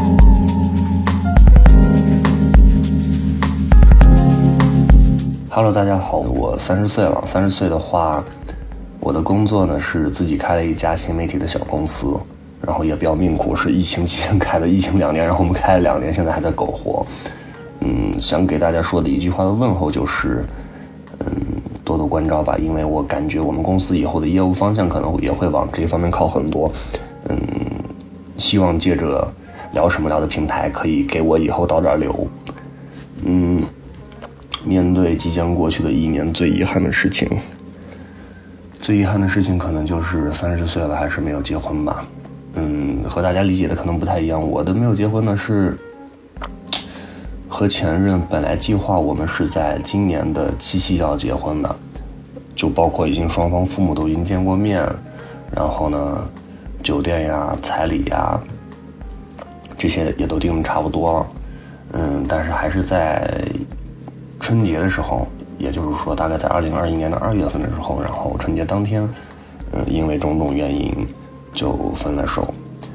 Hello， 大家好，我30岁了。30岁的话，我的工作呢是自己开了一家新媒体的小公司，然后也比较命苦，是疫情期间开的，疫情2年，然后我们开了2年，现在还在苟活。想给大家说的一句话的问候就是，多多关照吧，因为我感觉我们公司以后的业务方向可能也会往这方面靠很多。希望借着聊什么聊的平台，可以给我以后导点流。面对即将过去的1年，最遗憾的事情可能就是30岁了还是没有结婚吧。和大家理解的可能不太一样，我的没有结婚呢是和前任本来计划我们是在今年的7夕就要结婚的，就包括已经双方父母都已经见过面，然后呢酒店呀、彩礼呀这些也都定得差不多了。但是还是在春节的时候，也就是说大概在2021年的2月份的时候，然后春节当天因为种种原因就分了手。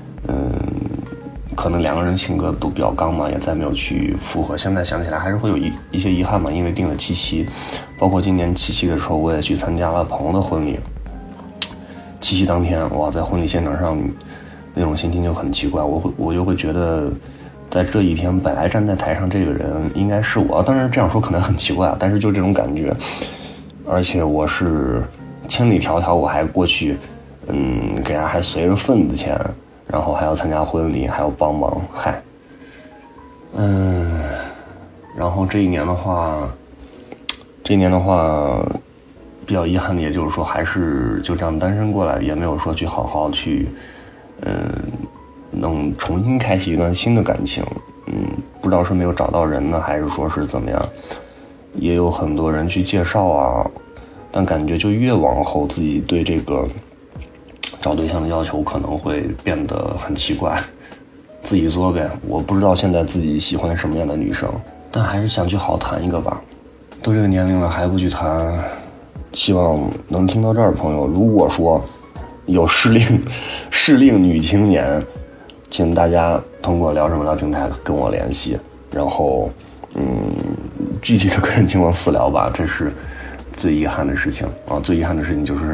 可能2个人性格都比较刚嘛，也再没有去复合，现在想起来还是会有一些遗憾嘛，因为定了7夕，包括今年7夕的时候我也去参加了朋友的婚礼。7夕当天，哇，在婚礼现场上那种心情就很奇怪，我就会觉得在这一天本来站在台上这个人应该是我，当然这样说可能很奇怪啊，但是就这种感觉。而且我是千里迢迢我还过去给人还随着份子钱，然后还要参加婚礼，还要帮忙，嗨。然后这一年的话比较遗憾的，也就是说还是就这样单身过来，也没有说去好好去能重新开启一段新的感情。不知道是没有找到人呢，还是说是怎么样，也有很多人去介绍啊，但感觉就越往后自己对这个找对象的要求可能会变得很奇怪，自己作呗。我不知道现在自己喜欢什么样的女生，但还是想去好谈一个吧。都这个年龄了还不去谈，希望能听到这儿的朋友，如果说有适龄女青年，请大家通过聊什么聊平台跟我联系，然后具体的个人情况私聊吧，这是最遗憾的事情啊！最遗憾的事情就是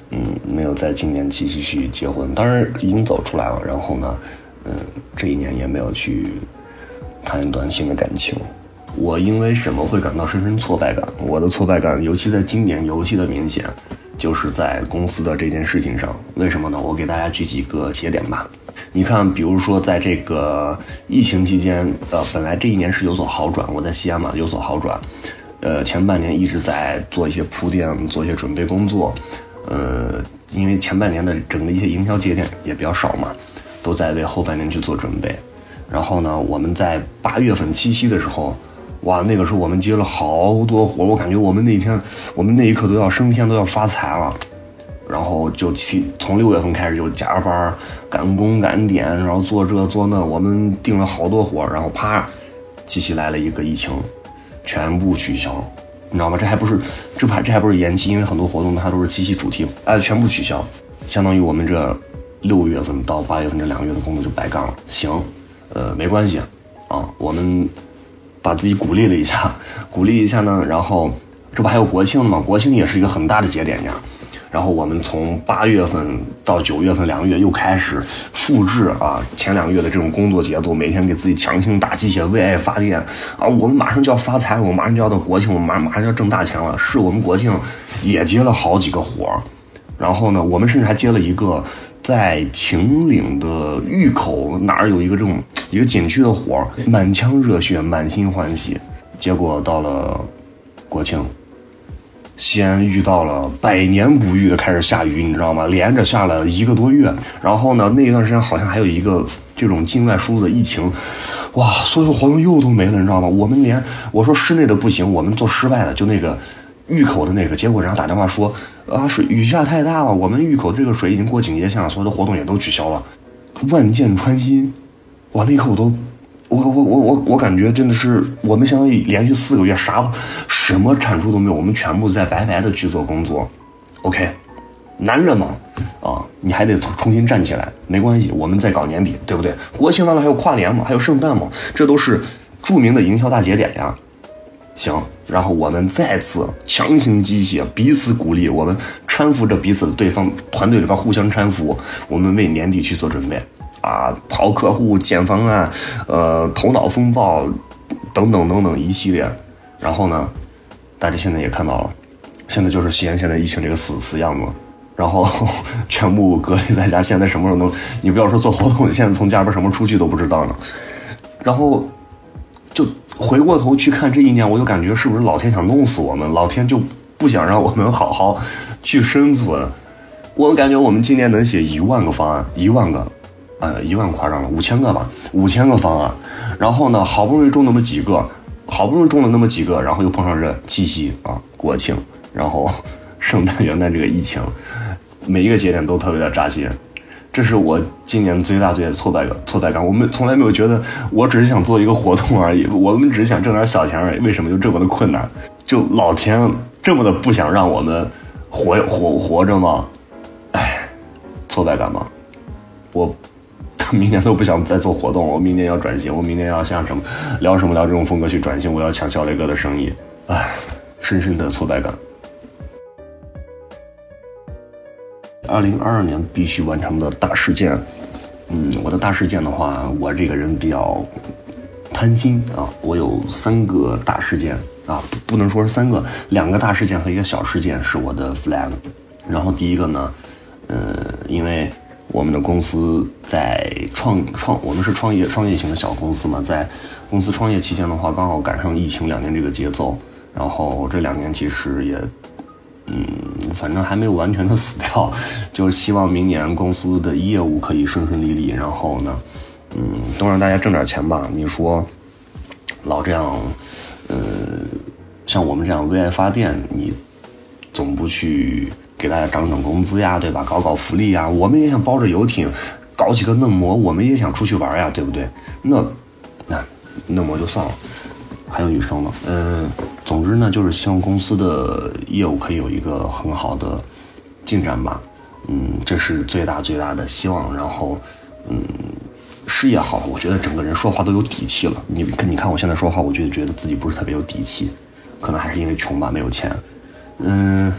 没有在今年七夕去结婚，当然已经走出来了。然后呢，这一年也没有去谈一段新的感情。我因为什么会感到深深挫败感？我的挫败感，尤其在今年尤其的明显，就是在公司的这件事情上。为什么呢？我给大家举几个节点吧。你看，比如说在这个疫情期间，本来这一年是有所好转，我在西安嘛有所好转，前半年一直在做一些铺垫，做一些准备工作，因为前半年的整个一些营销节点也比较少嘛，都在为后半年去做准备。然后呢，我们在8月份七夕的时候，哇，那个时候我们接了好多活，我感觉我们那一刻都要升天，都要发财了。然后就从6月份开始就加班赶工赶点，然后做这做那，我们订了好多活，然后啪，七夕来了一个疫情，全部取消，你知道吗？这还不是延期，因为很多活动它都是七夕主题，全部取消，相当于我们这6月份到8月份这2个月的工作就白干了。行，没关系啊，我们把自己鼓励了一下呢，然后这不还有国庆呢吗？国庆也是一个很大的节点呀。然后我们从8月份到9月份2个月又开始复制前2个月的这种工作节奏，每天给自己强行打鸡血，为爱发电我们马上就要发财了，我马上就要到国庆，我马上就要挣大钱了。是我们国庆也接了好几个活，然后呢，我们甚至还接了一个在秦岭的峪口哪儿有一个景区的活，满腔热血，满心欢喜。结果到了国庆，西安遇到了100年不遇的开始下雨，你知道吗？连着下了1个多月。然后呢，那一段时间好像还有一个这种境外输入的疫情，哇，所有活动又都没了，你知道吗？我说室内的不行，我们做室外的，就那个峪口的那个，结果人家打电话说水雨下太大了，我们峪口这个水已经过警戒线了，所有的活动也都取消了。万箭穿心，哇，那一刻我感觉真的是我们相当于连续4个月什么产出都没有，我们全部在白白的去做工作。OK， 男人嘛你还得重新站起来，没关系，我们再搞年底，对不对？国庆完了还有跨年嘛，还有圣诞嘛，这都是著名的营销大节点呀。行，然后我们再次强行鸡血，彼此鼓励，我们搀扶着彼此的对方团队里边互相搀扶，我们为年底去做准备跑客户、建方案、头脑风暴等等一系列。然后呢，大家现在也看到了，现在就是西安现在疫情这个死样子，然后全部隔离在家，现在什么时候能，你不要说做活动，现在从家边什么出去都不知道呢。然后就回过头去看这一年，我就感觉是不是老天想弄死我们，老天就不想让我们好好去生存。我感觉我们今年能写1万个方案，1万个1万夸张了，5000个吧，5000个方案。然后呢，好不容易中了那么几个，然后又碰上这七夕国庆，然后圣诞元旦这个疫情，每一个节点都特别的扎心。这是我今年最大的挫败感。我们从来没有觉得我只是想做一个活动而已，我们只是想挣点小钱而已，为什么就这么的困难？就老天这么的不想让我们活着吗？挫败感吗？我明年都不想再做活动，我明年要转型，我明年要像聊这种风格去转型，我要抢小雷哥的生意。深深的挫败感。2022年必须完成的大事件，我的大事件的话，我这个人比较贪心我有3个大事件不能说是3个，2个大事件和1个小事件是我的 flag。然后第一个呢，因为我们的公司在我们是创业型的小公司嘛，在公司创业期间的话，刚好赶上疫情2年这个节奏，然后这2年其实也反正还没有完全的死掉，就是希望明年公司的业务可以顺利，然后呢都让大家挣点钱吧。你说老这样像我们这样为爱发电，你总不去给大家涨工资呀，对吧？搞福利呀，我们也想包着游艇搞几个嫩模，我们也想出去玩呀，对不对？那嫩模就算了，还有女生呢。总之呢，就是希望公司的业务可以有一个很好的进展吧。这是最大的希望。然后事业好，我觉得整个人说话都有底气了。你看我现在说话，我觉得自己不是特别有底气，可能还是因为穷吧，没有钱。这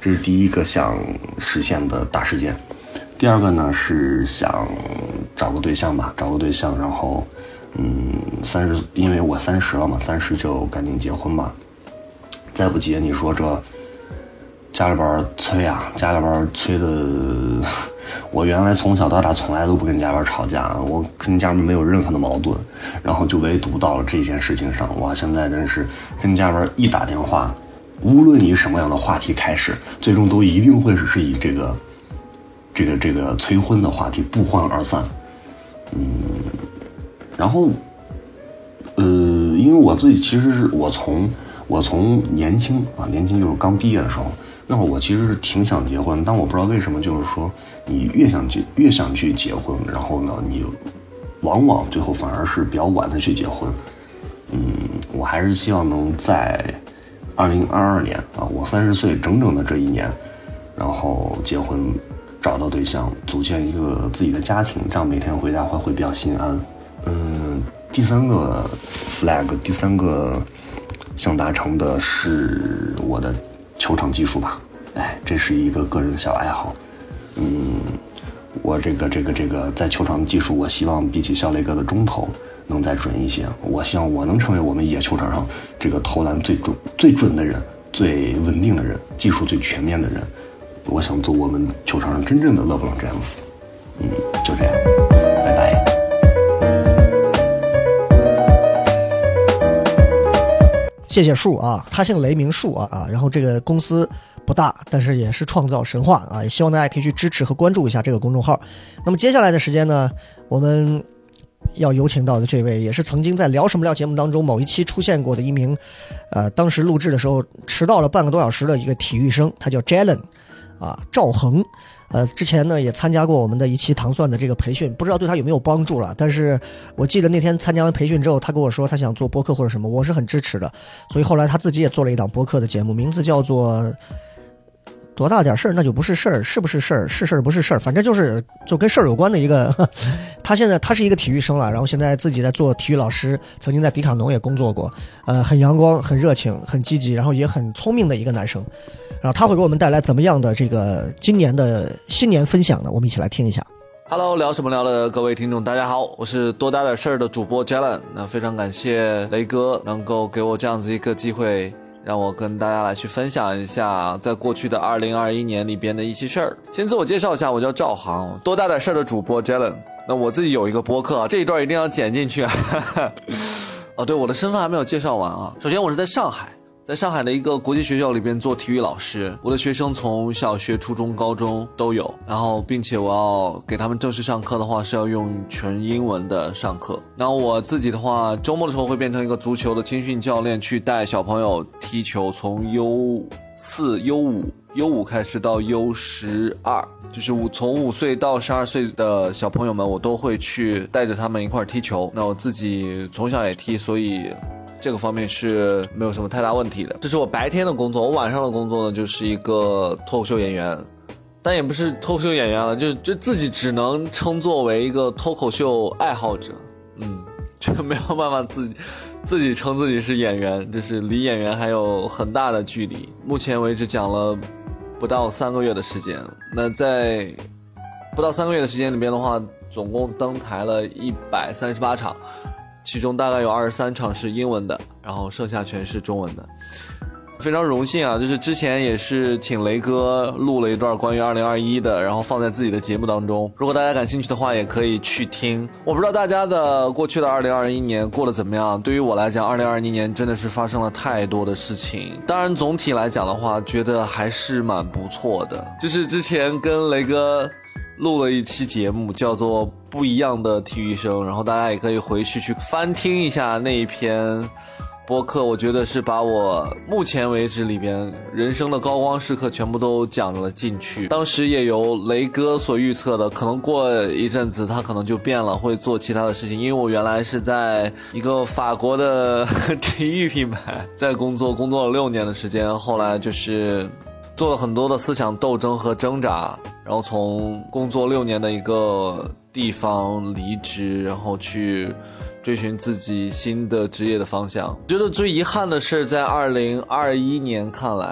这是第一个想实现的大事件。第二个呢是想找个对象吧，然后因为我30了嘛，30就赶紧结婚吧。再不结，你说这家里边催的，我原来从小到大从来都不跟家里边吵架，我跟家里面没有任何的矛盾，然后就唯独到了这件事情上，哇，现在真是跟家里边一打电话，无论以什么样的话题开始，最终都一定会是以这个催婚的话题不欢而散。然后因为我自己其实是我从年轻就是刚毕业的时候，那会儿我其实是挺想结婚，但我不知道为什么，就是说你越想去结婚，然后呢你往往最后反而是比较晚的去结婚。我还是希望能在2022年我30岁整整的这一年，然后结婚，找到对象，组建一个自己的家庭，这样每天回家会比较心安。第三个 flag， 第三个想达成的是我的球场技术吧。这是一个个人的小爱好。我这个在球场技术，我希望比起肖雷哥的中投能再准一些。我希望我能成为我们野球场上这个投篮最准的人，最稳定的人，技术最全面的人。我想做我们球场上真正的勒布朗詹姆斯。就这样，拜拜。 谢谢树啊，他姓雷鸣树啊，然后这个公司不大，但是也是创造神话啊，也希望大家可以去支持和关注一下这个公众号。那么接下来的时间呢，我们要有请到的这位也是曾经在聊什么聊节目当中某一期出现过的一名当时录制的时候迟到了半个多小时的一个体育生，他叫 Jalen 赵恒。之前呢也参加过我们的一期糖蒜的这个培训，不知道对他有没有帮助了，但是我记得那天参加完培训之后，他跟我说他想做播客或者什么，我是很支持的，所以后来他自己也做了一档播客的节目，名字叫做多大点事儿那就不是事儿，是不是事儿，是事儿不是事儿，反正就跟事儿有关的一个他是一个体育生了，然后现在自己在做体育老师，曾经在迪卡侬也工作过，很阳光很热情很积极，然后也很聪明的一个男生。然后他会给我们带来怎么样的这个今年的新年分享呢？我们一起来听一下。 Hello， 聊什么聊的各位听众，大家好，我是多大点事儿的主播 Jalen。那非常感谢雷哥能够给我这样子一个机会，让我跟大家来去分享一下在过去的2021年里边的一些事儿。先自我介绍一下，我叫赵航，多大点事儿的主播 Jalen。那我自己有一个播客，这一段一定要剪进去对，我的身份还没有介绍完啊。首先我是在上海的一个国际学校里边做体育老师，我的学生从小学、初中、高中都有，然后并且我要给他们正式上课的话是要用纯英文的上课。然后我自己的话，周末的时候会变成一个足球的青训教练，去带小朋友踢球，从 U5 开始到 U12， 就是从5岁到12岁的小朋友们，我都会去带着他们一块踢球。那我自己从小也踢，所以这个方面是没有什么太大问题的。这是我白天的工作，我晚上的工作呢就是一个脱口秀演员，但也不是脱口秀演员了，就自己只能称作为一个脱口秀爱好者。就没有办法自己称自己是演员，就是离演员还有很大的距离。目前为止讲了不到3个月的时间，那在不到3个月的时间里边的话，总共登台了138场，其中大概有23场是英文的，然后剩下全是中文的。非常荣幸啊，就是之前也是请雷哥录了一段关于2021的，然后放在自己的节目当中，如果大家感兴趣的话也可以去听。我不知道大家的过去的2021年过得怎么样，对于我来讲2022年真的是发生了太多的事情，当然总体来讲的话觉得还是蛮不错的。就是之前跟雷哥录了一期节目叫做不一样的体育生，然后大家也可以回去翻听一下那一篇播客，我觉得是把我目前为止里边人生的高光时刻全部都讲了进去。当时也由雷哥所预测的，可能过一阵子他可能就变了，会做其他的事情。因为我原来是在一个法国的体育品牌在工作了6年的时间，后来就是做了很多的思想斗争和挣扎，然后从工作6年的一个地方离职，然后去追寻自己新的职业的方向。觉得最遗憾的是在2021年看来，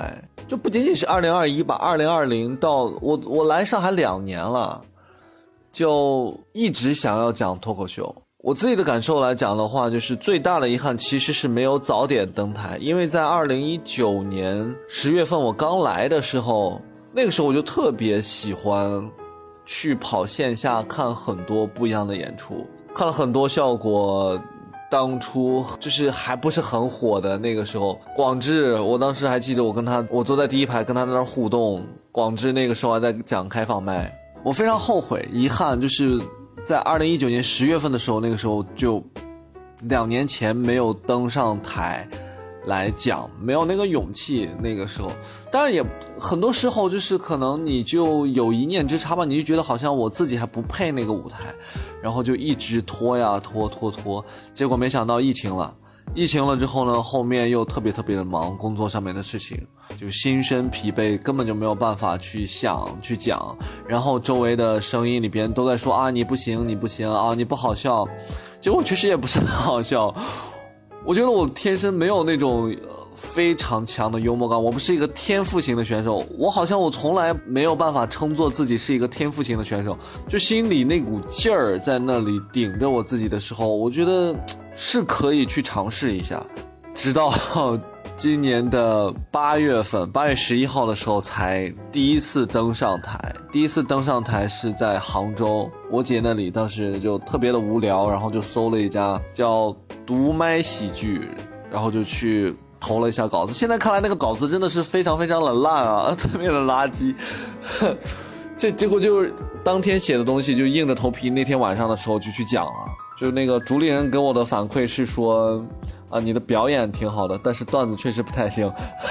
就不仅仅是2021吧，2020到我来上海2年了，就一直想要讲脱口秀。我自己的感受来讲的话，就是最大的遗憾其实是没有早点登台，因为在2019年10月份我刚来的时候，那个时候我就特别喜欢去跑线下看很多不一样的演出，看了很多效果。当初就是还不是很火的那个时候，广智，我当时还记得我坐在第一排跟他在那儿互动，广智那个时候还在讲开放麦。我非常后悔遗憾，就是在2019年10月份的时候，那个时候就2年前没有登上台来讲，没有那个勇气。那个时候当然也很多时候就是可能你就有一念之差吧，你就觉得好像我自己还不配那个舞台，然后就一直拖呀拖，结果没想到疫情了之后呢，后面又特别的忙，工作上面的事情就心生疲惫，根本就没有办法去想去讲，然后周围的声音里边都在说啊你不行啊，你不好笑，结果确实也不是很好笑。我觉得我天生没有那种非常强的幽默感，我不是一个天赋型的选手，我从来没有办法称作自己是一个天赋型的选手，就心里那股劲儿在那里顶着我自己的时候，我觉得是可以去尝试一下。直到今年的8月11号的时候才第一次登上台是在杭州我姐那里，当时就特别的无聊，然后就搜了一家叫独麦喜剧，然后就去投了一下稿子。现在看来那个稿子真的是非常的烂啊，特别的垃圾。结果就是当天写的东西就硬着头皮，那天晚上的时候就去讲了。就那个主理人给我的反馈是说啊，你的表演挺好的，但是段子确实不太行。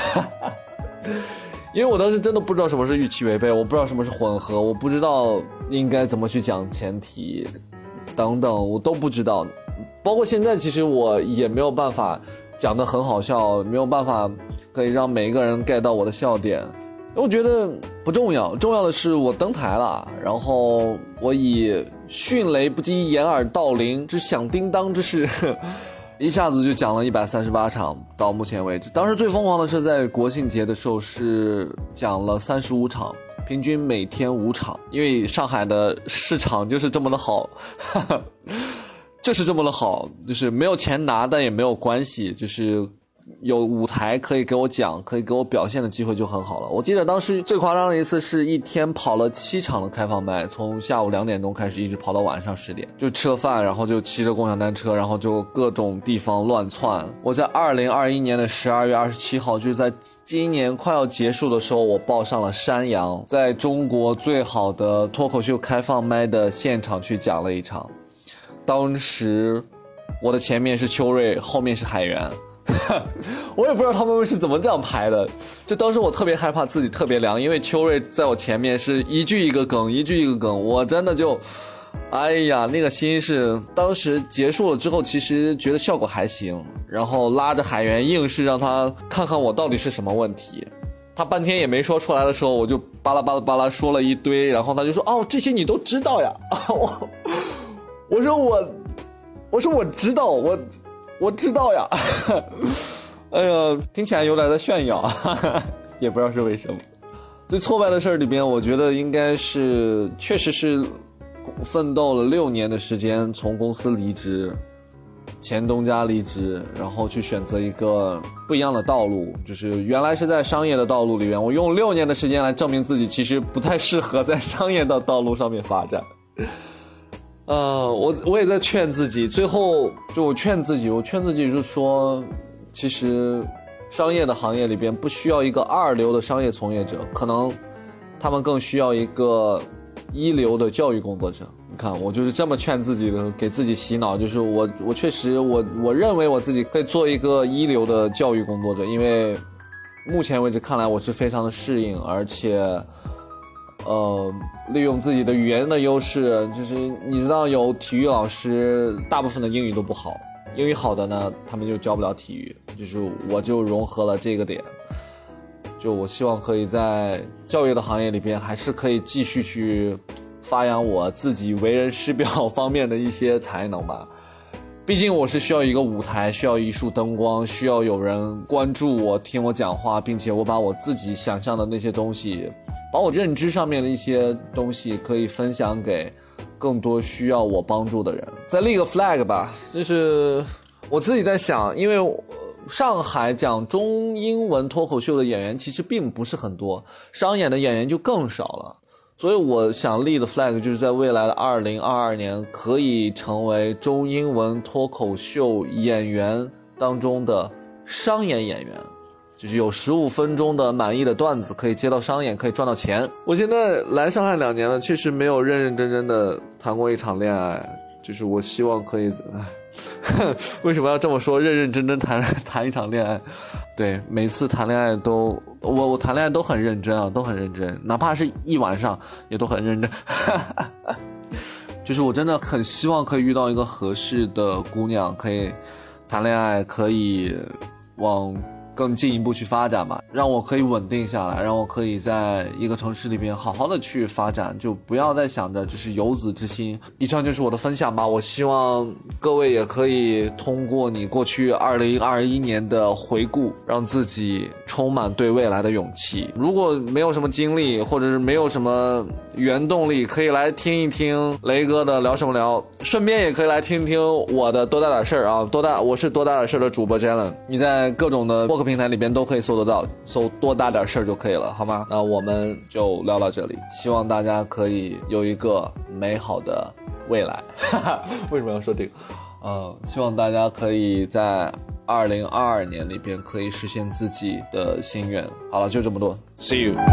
因为我当时真的不知道什么是预期违背，我不知道什么是混合，我不知道应该怎么去讲前提等等，我都不知道。包括现在其实我也没有办法讲得很好笑，没有办法可以让每一个人 get 到我的笑点。我觉得不重要，重要的是我登台了，然后我以迅雷不及掩耳盗铃之响叮当之势一下子就讲了138场，到目前为止。当时最疯狂的是在国庆节的时候是讲了35场，平均每天5场，因为上海的市场就是这么的好就是这么的好，就是没有钱拿但也没有关系，就是有舞台可以给我讲，可以给我表现的机会就很好了。我记得当时最夸张的一次是一天跑了7场的开放麦，从下午2点钟开始一直跑到晚上10点，就吃了饭，然后就骑着共享单车，然后就各种地方乱窜。我在2021年的12月27号，就是在今年快要结束的时候，我报上了山羊，在中国最好的脱口秀开放麦的现场去讲了一场。当时我的前面是秋瑞，后面是海源。我也不知道他们是怎么这样排的，就当时我特别害怕自己特别凉，因为秋瑞在我前面是一句一个梗，我真的就哎呀，那个心是当时结束了之后其实觉得效果还行，然后拉着海源硬是让他看看我到底是什么问题，他半天也没说出来的时候，我就巴拉说了一堆，然后他就说哦，这些你都知道呀。我说我知道，我知道呀。哎呀，听起来有点在炫耀，也不知道是为什么。最挫败的事里边，我觉得应该是确实是奋斗了6年的时间，从公司离职，前东家离职，然后去选择一个不一样的道路，就是原来是在商业的道路里面，我用6年的时间来证明自己其实不太适合在商业的道路上面发展。我也在劝自己，最后就我劝自己就是说，其实商业的行业里边不需要一个2流的商业从业者，可能他们更需要一个1流的教育工作者。你看，我就是这么劝自己的，给自己洗脑，就是我确实我认为我自己可以做一个1流的教育工作者，因为目前为止看来我是非常的适应，而且利用自己的语言的优势，就是你知道有体育老师大部分的英语都不好，英语好的呢他们就教不了体育，就是我就融合了这个点，就我希望可以在教育的行业里边还是可以继续去发扬我自己为人师表方面的一些才能吧。 毕竟我是需要一个舞台，需要一束灯光，需要有人关注我，听我讲话，并且我把我自己想象的那些东西，把我认知上面的一些东西可以分享给更多需要我帮助的人。再立个 flag 吧，就是我自己在想，因为上海讲中英文脱口秀的演员其实并不是很多，商演的演员就更少了，所以我想立的 flag 就是在未来的2022年可以成为中英文脱口秀演员当中的商演演员，就是有15分钟的满意的段子可以接到商演，可以赚到钱。我现在来上海2年了，确实没有认认真真的谈过一场恋爱，就是我希望可以为什么要这么说，认认真真谈一场恋爱。对，每次谈恋爱都我谈恋爱都很认真啊，都很认真，哪怕是一晚上也都很认真就是我真的很希望可以遇到一个合适的姑娘，可以谈恋爱，可以往更进一步去发展吧，让我可以稳定下来，让我可以在一个城市里边好好的去发展，就不要再想着只是游子之心。以上就是我的分享吧，我希望各位也可以通过你过去2021年的回顾，让自己充满对未来的勇气。如果没有什么经历，或者是没有什么原动力，可以来听一听雷哥的聊什么聊，顺便也可以来听听我的多大点事儿啊，我是多大点事儿的主播 Jalen， 你在各种的播客平台里边都可以搜得到，搜多大点事儿就可以了，好吗？那我们就聊到这里，希望大家可以有一个美好的未来为什么要说这个希望大家可以在2022年里边可以实现自己的心愿。好了，就这么多， See you。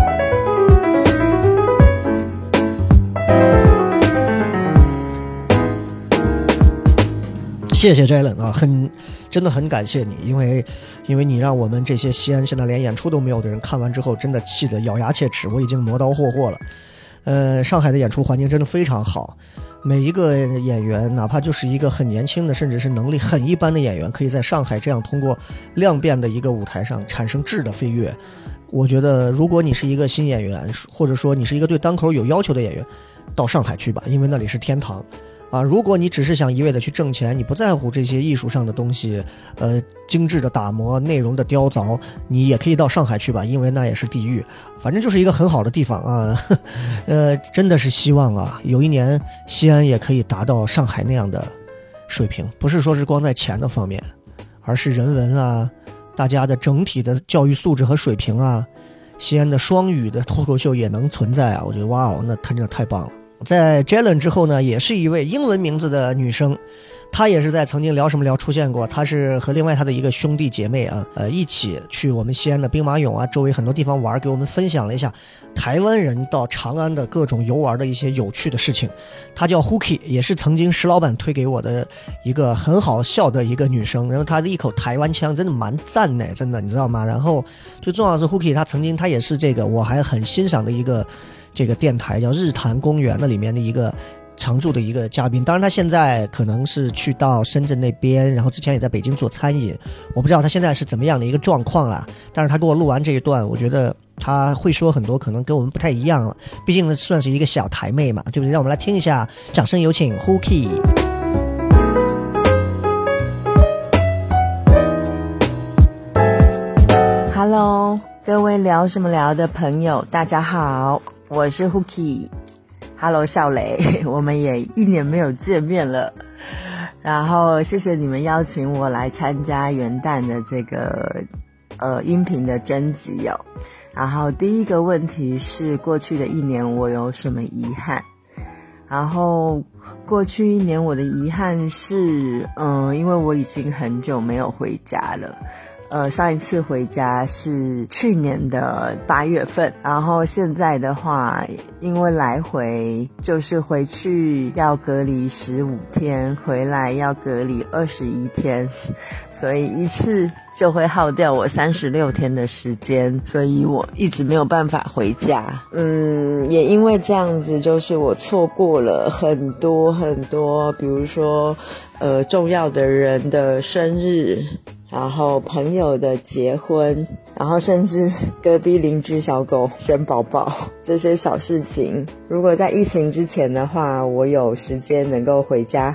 谢谢 Jalen 啊，真的很感谢你，因为你让我们这些西安现在连演出都没有的人看完之后，真的气得咬牙切齿，我已经磨刀霍霍了。上海的演出环境真的非常好，每一个演员哪怕就是一个很年轻的，甚至是能力很一般的演员，可以在上海这样通过量变的一个舞台上产生质的飞跃。我觉得如果你是一个新演员，或者说你是一个对单口有要求的演员，到上海去吧，因为那里是天堂啊！如果你只是想一味的去挣钱，你不在乎这些艺术上的东西，精致的打磨、内容的雕凿，你也可以到上海去吧，因为那也是地狱。反正就是一个很好的地方啊！真的是希望啊，有一年西安也可以达到上海那样的水平，不是说是光在钱的方面，而是人文啊，大家的整体的教育素质和水平啊，西安的双语的脱口秀也能存在啊！我觉得哇哦，那他真的太棒了。在 Jalen 之后呢，也是一位英文名字的女生，她也是在曾经聊什么聊出现过，她是和另外她的一个兄弟姐妹啊，一起去我们西安的兵马俑啊周围很多地方玩，给我们分享了一下台湾人到长安的各种游玩的一些有趣的事情。她叫 Hooky， 也是曾经石老板推给我的一个很好笑的一个女生，然后她的一口台湾腔真的蛮赞的，真的你知道吗？然后最重要的是 Hooky 她也是这个我还很欣赏的一个这个电台叫日坛公园的里面的一个常驻的一个嘉宾，当然他现在可能是去到深圳那边，然后之前也在北京做餐饮，我不知道他现在是怎么样的一个状况啦。但是他给我录完这一段，我觉得他会说很多可能跟我们不太一样了，毕竟算是一个小台妹嘛，对不对？让我们来听一下，掌声有请 Hooky。Hello， 各位聊什么聊的朋友，大家好，我是 Hooky。Hello， 少磊，我们也1年没有见面了。然后谢谢你们邀请我来参加元旦的这个音频的征集哦。然后第一个问题是过去的1年我有什么遗憾？然后过去1年我的遗憾是因为我已经很久没有回家了。上一次回家是去年的8月份，然后现在的话，因为来回就是回去要隔离15天，回来要隔离21天，所以一次就会耗掉我36天的时间，所以我一直没有办法回家。也因为这样子，就是我错过了很多很多，比如说重要的人的生日，然后朋友的结婚，然后甚至隔壁邻居小狗生宝宝，这些小事情，如果在疫情之前的话，我有时间能够回家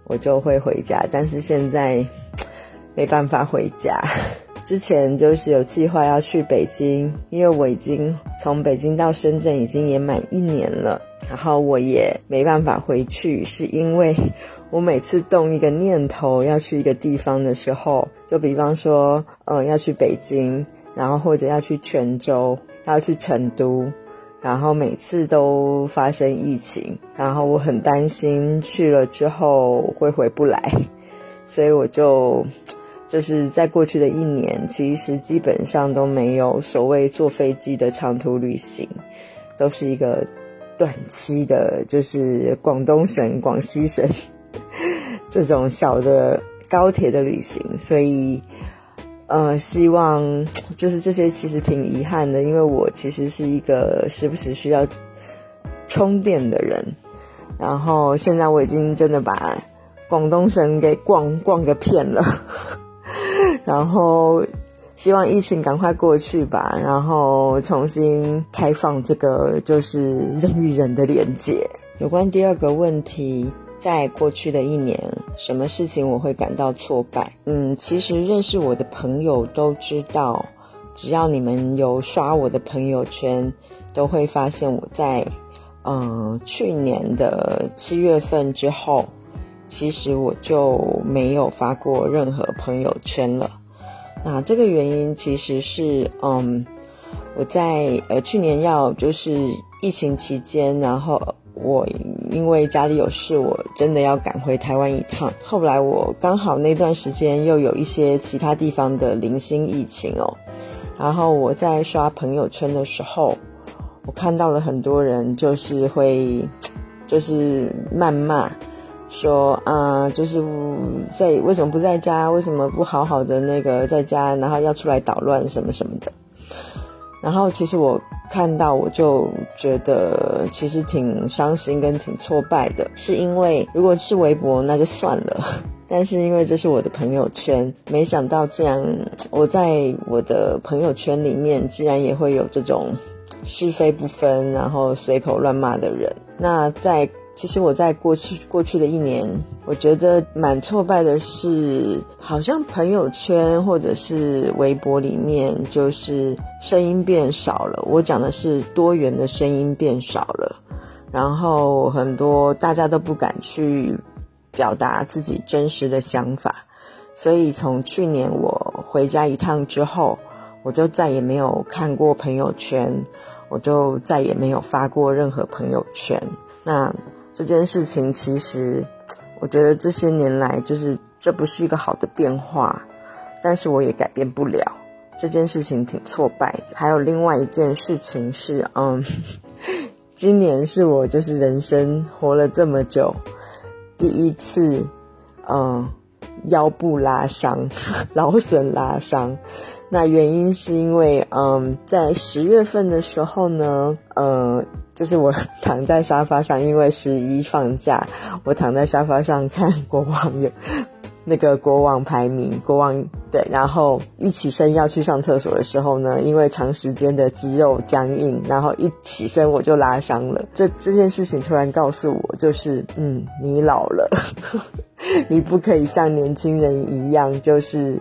我就会回家，但是现在没办法回家。之前就是有计划要去北京，因为我已经从北京到深圳已经也满1年了，然后我也没办法回去，是因为我每次动一个念头要去一个地方的时候，就比方说要去北京，然后或者要去泉州，要去成都，然后每次都发生疫情，然后我很担心去了之后会回不来，所以我就是在过去的1年，其实基本上都没有所谓坐飞机的长途旅行，都是一个短期的，就是广东省、广西省这种小的高铁的旅行，所以希望就是这些其实挺遗憾的，因为我其实是一个时不时需要充电的人，然后现在我已经真的把广东省给逛个遍了然后希望疫情赶快过去吧，然后重新开放这个就是人与人的连结。有关第2个问题，在过去的1年，什么事情我会感到挫败？其实认识我的朋友都知道，只要你们有刷我的朋友圈，都会发现我在去年的7月份之后，其实我就没有发过任何朋友圈了。那这个原因其实是我在去年就是疫情期间，然后我因为家里有事，我真的要赶回台湾一趟，后来我刚好那段时间又有一些其他地方的零星疫情然后我在刷朋友圈的时候，我看到了很多人就是会就是谩骂说就是为什么不在家，为什么不好好的那个在家，然后要出来捣乱什么什么的。然后其实我看到我就觉得其实挺伤心跟挺挫败的，是因为如果是微博那就算了，但是因为这是我的朋友圈，没想到竟然我在我的朋友圈里面竟然也会有这种是非不分，然后随口乱骂的人。那其实我在过去的1年，我觉得蛮挫败的是，好像朋友圈或者是微博里面就是声音变少了，我讲的是多元的声音变少了，然后很多大家都不敢去表达自己真实的想法，所以从去年我回家一趟之后，我就再也没有看过朋友圈，我就再也没有发过任何朋友圈。那这件事情其实我觉得这些年来就是这不是一个好的变化，但是我也改变不了，这件事情挺挫败的。还有另外一件事情是今年是我就是人生活了这么久第一次腰部拉伤劳损拉伤。那原因是因为在10月份的时候呢就是我躺在沙发上，因为11放假，我躺在沙发上看国王排名，对，然后一起身要去上厕所的时候呢，因为长时间的肌肉僵硬，然后一起身我就拉伤了。这件事情突然告诉我，就是你老了你不可以像年轻人一样，就是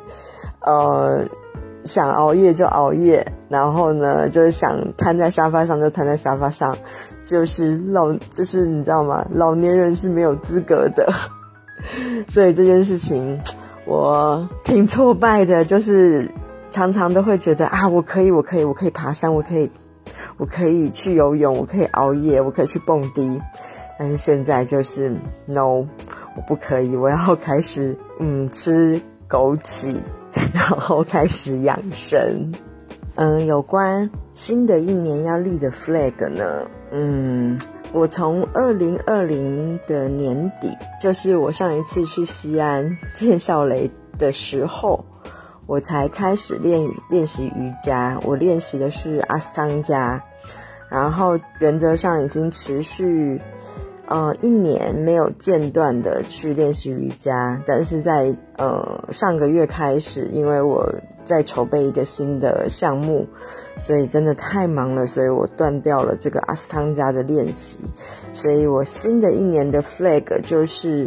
想熬夜就熬夜，然后呢就是想瘫在沙发上就瘫在沙发上，就是你知道吗，老年人是没有资格的所以这件事情我挺挫败的，就是常常都会觉得我可以爬山，我可以去游泳，我可以熬夜，我可以去蹦迪，但是现在就是 no， 我不可以，我要开始吃枸杞，然后开始养生。有关新的一年要立的 flag 呢，我从2020的年底，就是我上一次去西安见少雷的时候，我才开始练习瑜伽。我练习的是阿斯汤加，然后原则上已经持续1年没有间断的去练习瑜伽，但是在上个月开始，因为我在筹备一个新的项目，所以真的太忙了，所以我断掉了这个阿斯汤加的练习。所以我新的1年的 flag 就是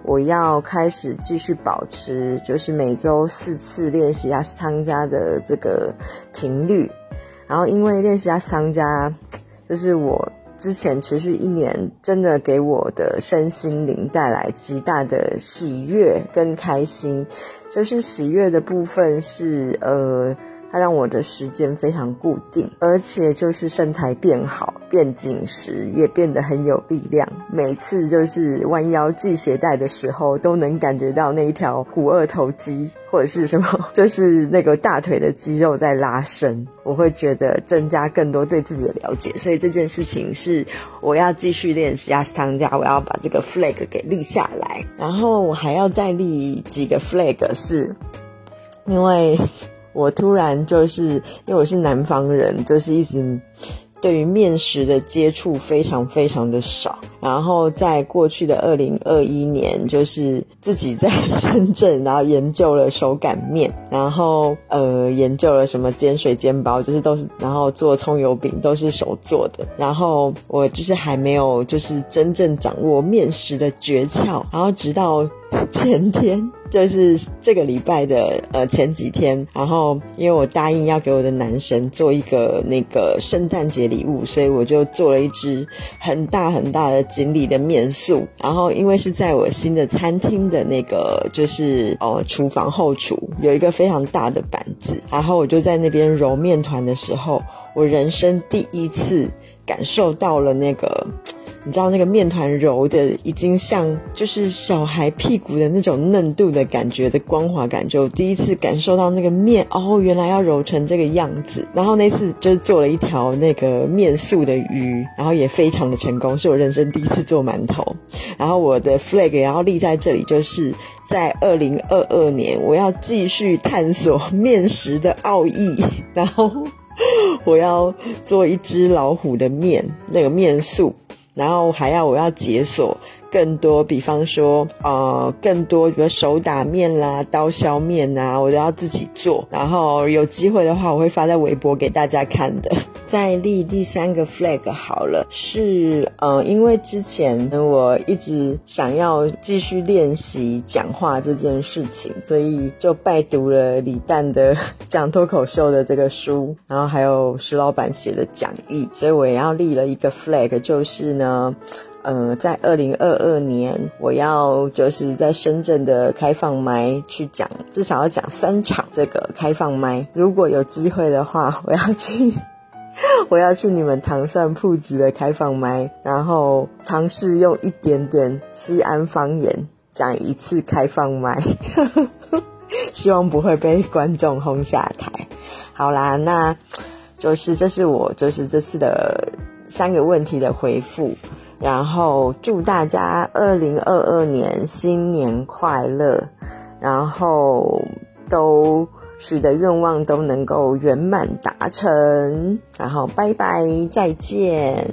我要开始继续保持就是每周4次练习阿斯汤加的这个频率。然后因为练习阿斯汤加就是我之前持续1年真的给我的身心灵带来极大的喜悦跟开心。就是喜悦的部分是它让我的时间非常固定，而且就是身材变好，变紧实，也变得很有力量。每次就是弯腰系鞋带的时候，都能感觉到那一条股二头肌或者是什么，就是那个大腿的肌肉在拉伸，我会觉得增加更多对自己的了解。所以这件事情是我要继续练习阿斯汤加，我要把这个 flag 给立下来。然后我还要再立几个 flag， 是因为我突然就是因为我是南方人，就是一直对于面食的接触非常非常的少。然后在过去的2021年，就是自己在深圳，然后研究了手擀面，然后研究了什么煎水煎包，就是都是，然后做葱油饼都是手做的。然后我就是还没有就是真正掌握面食的诀窍，然后直到前天，就是这个礼拜的前几天，然后因为我答应要给我的男神做一个那个圣诞节礼物，所以我就做了一只很大很大的锦鲤的面素。然后因为是在我新的餐厅的那个就是厨房后厨有一个非常大的板子，然后我就在那边揉面团的时候，我人生第一次感受到了那个你知道那个面团揉的已经像就是小孩屁股的那种嫩度的感觉的光滑感，就第一次感受到那个面原来要揉成这个样子。然后那次就是做了一条那个面素的鱼，然后也非常的成功，是我人生第一次做馒头。然后我的 flag 也要立在这里，就是在2022年我要继续探索面食的奥义，然后我要做一只老虎的面，那个面素，然后我要解锁更多，比方说更多比如手打面啦、刀削面啊，我都要自己做。然后有机会的话我会发在微博给大家看的。再立第3个 flag 好了，是因为之前我一直想要继续练习讲话这件事情，所以就拜读了李诞的讲脱口秀的这个书，然后还有石老板写的讲义，所以我也要立了一个 flag， 就是呢在2022年我要就是在深圳的开放麦去讲，至少要讲3场这个开放麦。如果有机会的话，我要去你们糖蒜铺子的开放麦，然后尝试用一点点西安方言讲一次开放麦希望不会被观众轰下台。好啦，那就是这是我就是这次的3个问题的回复。然后祝大家2022年新年快乐，然后都许的愿望都能够圆满达成，然后拜拜，再见。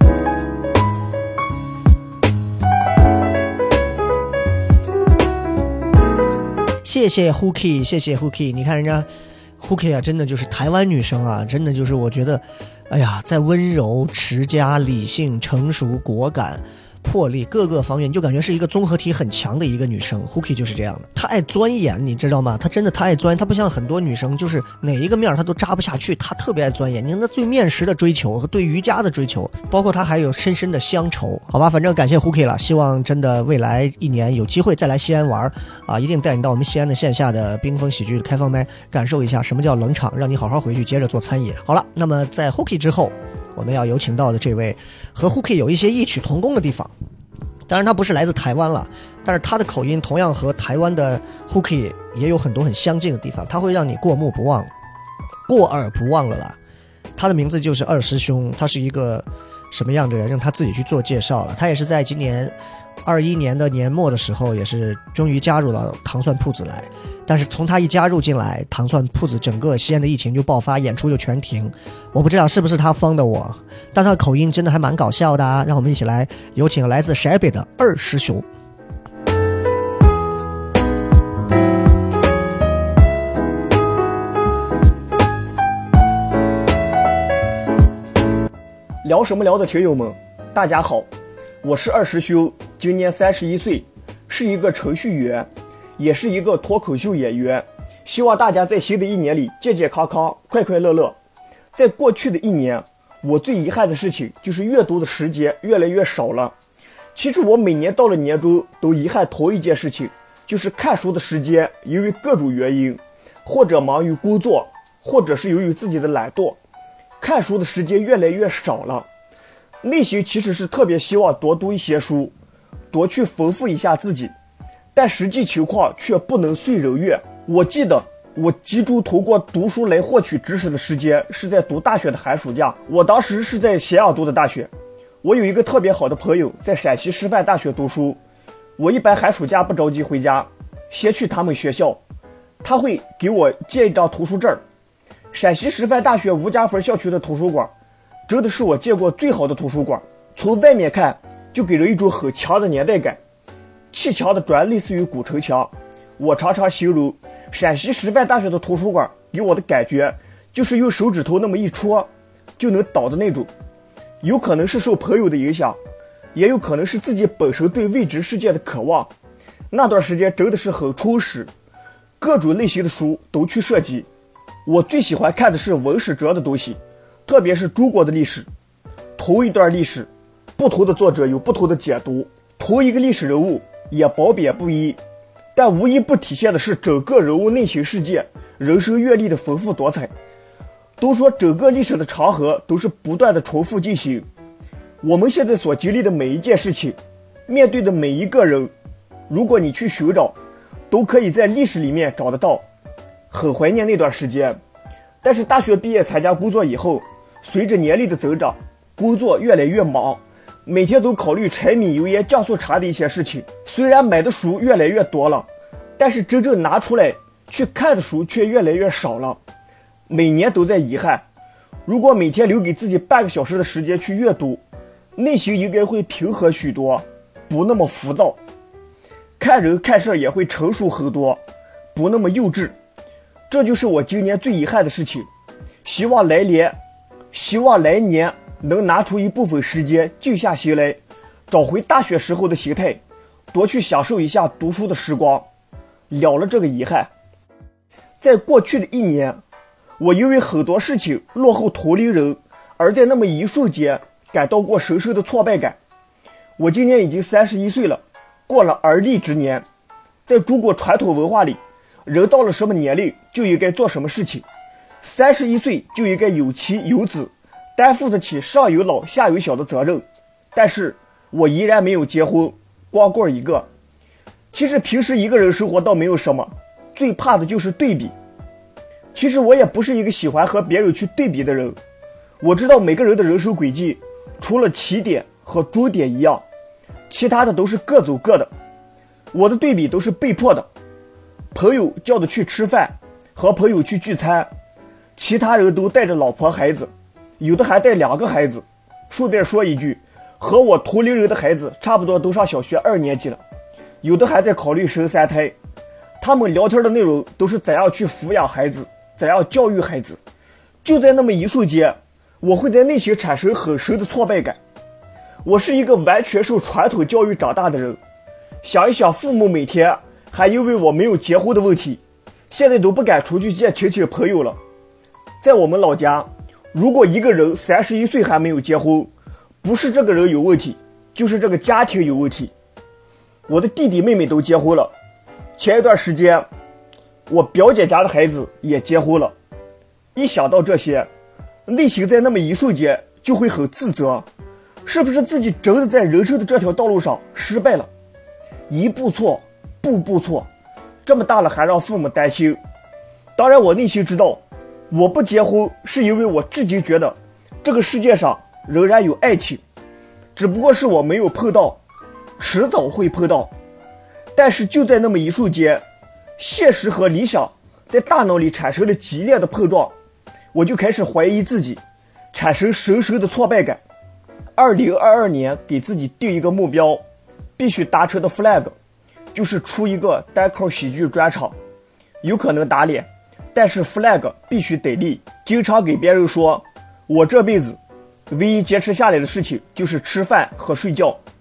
谢谢 Hooky， 谢谢 Hooky。你看人家 Hooky 啊，真的就是台湾女生啊，真的就是我觉得哎呀，在温柔、持家、理性、成熟、果敢、魄力各个方面，就感觉是一个综合体很强的一个女生。Hooky 就是这样的，她爱钻研，你知道吗？她真的她爱钻，她不像很多女生，就是哪一个面她都扎不下去，她特别爱钻研。你看她对面食的追求和对瑜伽的追求，包括她还有深深的乡愁，好吧？反正感谢 Hooky 了，希望真的未来1年有机会再来西安玩啊，一定带你到我们西安的线下的冰封喜剧开放麦，感受一下什么叫冷场，让你好好回去接着做餐饮。好了，那么在 Hooky 之后，我们要有请到的这位和 Hooky 有一些异曲同工的地方，当然他不是来自台湾了，但是他的口音同样和台湾的 Hooky 也有很多很相近的地方，他会让你过目不忘，过耳不忘了啦。他的名字就是二师兄，他是一个什么样的人让他自己去做介绍了。他也是在今年21年的年末的时候，也是终于加入了糖蒜铺子来。但是从他一加入进来，糖蒜铺子整个西安的疫情就爆发，演出就全停。我不知道是不是他封的我，但他的口音真的还蛮搞笑的啊！让我们一起来有请来自陕北的二师兄。 聊什么聊的听友们，大家好，我是二师兄，今年31岁， 是一个程序员，也是一个脱口秀演员。希望大家在新的一年里健健康康、快快乐乐。在过去的一年，我最遗憾的事情就是阅读的时间越来越少了。其实我每年到了年终都遗憾同一件事情，就是看书的时间因为各种原因，或者忙于工作，或者是由于自己的懒惰，看书的时间越来越少了。内心其实是特别希望多读一些书，多去丰富一下自己，但实际情况却不能随人愿。我记得我集中通过读书来获取知识的时间是在读大学的寒暑假。我当时是在咸阳读的大学，我有一个特别好的朋友在陕西师范大学读书，我一般寒暑假不着急回家，先去他们学校，他会给我借一张图书证。陕西师范大学吴家坟校区的图书馆真的是我见过最好的图书馆，从外面看就给人一种很强的年代感，砌墙的砖类似于古城墙。我常常形容陕西师范大学的图书馆给我的感觉就是用手指头那么一戳就能倒的那种。有可能是受朋友的影响，也有可能是自己本身对未知世界的渴望。那段时间真的是很充实，各种类型的书都去涉及。我最喜欢看的是文史哲的东西，特别是中国的历史。同一段历史，不同的作者有不同的解读，同一个历史人物也褒贬不一，但无一不体现的是整个人物内心世界、人生阅历的丰富多彩。都说整个历史的长河都是不断的重复进行，我们现在所经历的每一件事情，面对的每一个人，如果你去寻找，都可以在历史里面找得到。很怀念那段时间，但是大学毕业参加工作以后，随着年龄的增长，工作越来越忙，每天都考虑柴米油盐酱醋茶的一些事情。虽然买的书越来越多了，但是真正拿出来去看的书却越来越少了。每年都在遗憾，如果每天留给自己半个小时的时间去阅读，内心应该会平和许多，不那么浮躁，看人看事也会成熟很多，不那么幼稚。这就是我今年最遗憾的事情。希望来年能拿出一部分时间静下心来，找回大学时候的心态，多去享受一下读书的时光，了了这个遗憾。在过去的一年，我因为很多事情落后同龄人，而在那么一瞬间感到过深深的挫败感。我今年已经31岁了，过了而立之年。在中国传统文化里，人到了什么年龄就应该做什么事情。31岁就应该有妻有子，担负得起上有老下有小的责任。但是我依然没有结婚，光棍一个。其实平时一个人生活倒没有什么，最怕的就是对比。其实我也不是一个喜欢和别人去对比的人，我知道每个人的人生轨迹除了起点和终点一样，其他的都是各走各的。我的对比都是被迫的，朋友叫的去吃饭，和朋友去聚餐，其他人都带着老婆孩子，有的还带2个孩子。顺便说一句，和我同龄人的孩子差不多都上小学2年级了，有的还在考虑生3胎。他们聊天的内容都是怎样去抚养孩子，怎样教育孩子。就在那么一瞬间，我会在内心产生很深的挫败感。我是一个完全受传统教育长大的人，想一想父母每天还因为我没有结婚的问题，现在都不敢出去见亲戚朋友了。在我们老家，如果一个人31岁还没有结婚，不是这个人有问题，就是这个家庭有问题。我的弟弟妹妹都结婚了，前一段时间我表姐家的孩子也结婚了。一想到这些，内心在那么一瞬间就会很自责，是不是自己真的在人生的这条道路上失败了？一步错，步步错，这么大了还让父母担心。当然我内心知道，我不结婚是因为我至今觉得这个世界上仍然有爱情，只不过是我没有碰到，迟早会碰到。但是就在那么一瞬间，现实和理想在大脑里产生了激烈的碰撞，我就开始怀疑自己，产生深深的挫败感。2022年给自己定一个目标，必须达成的 flag 就是出一个单口喜剧专场，有可能打脸，但是 flag 必须得立。经常给别人说，我这辈子唯一坚持下来的事情就是吃饭和睡觉。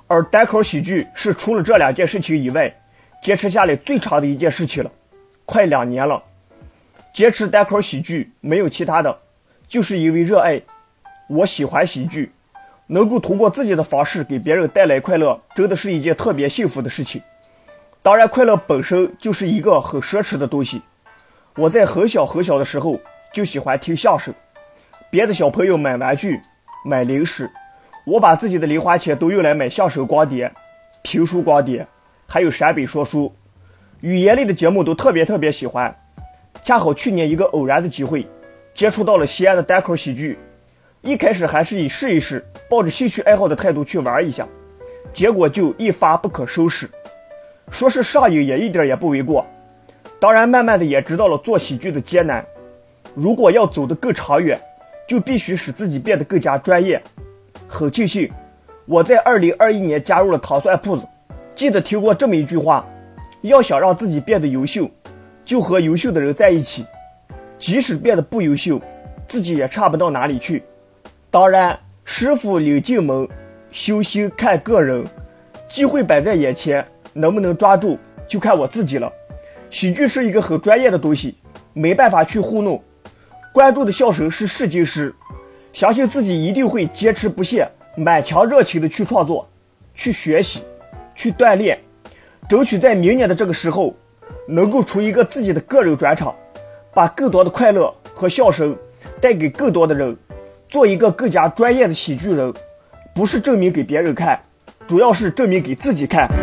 而单口喜剧是除了这2件事情以外坚持下来最长的一件事情了，快2年了。坚持单口喜剧没有其他的，就是因为热爱。我喜欢喜剧，能够通过自己的方式给别人带来快乐，真的是一件特别幸福的事情。当然，快乐本身就是一个很奢侈的东西。我在很小的时候就喜欢听相声，别的小朋友买玩具、买零食，我把自己的零花钱都用来买相声光碟、评书光碟，还有陕北说书。语言类的节目都特别喜欢。恰好去年一个偶然的机会，接触到了西安的单口喜剧。一开始还是以试一试，抱着兴趣爱好的态度去玩一下，结果就一发不可收拾。说是上瘾也一点也不为过。当然慢慢的也知道了做喜剧的艰难，如果要走得更长远，就必须使自己变得更加专业。很庆幸我在2021年加入了糖蒜铺子。记得听过这么一句话，要想让自己变得优秀，就和优秀的人在一起，即使变得不优秀，自己也差不到哪里去。当然师傅领进门，修行看个人，机会摆在眼前，能不能抓住就看我自己了。喜剧是一个很专业的东西，没办法去糊弄。观众的笑声是试金石，相信自己一定会坚持不懈，满腔热情的去创作，去学习，去锻炼，争取在明年的这个时候能够出一个自己的个人专场，把更多的快乐和笑声带给更多的人，做一个更加专业的喜剧人。不是证明给别人看，主要是证明给自己看。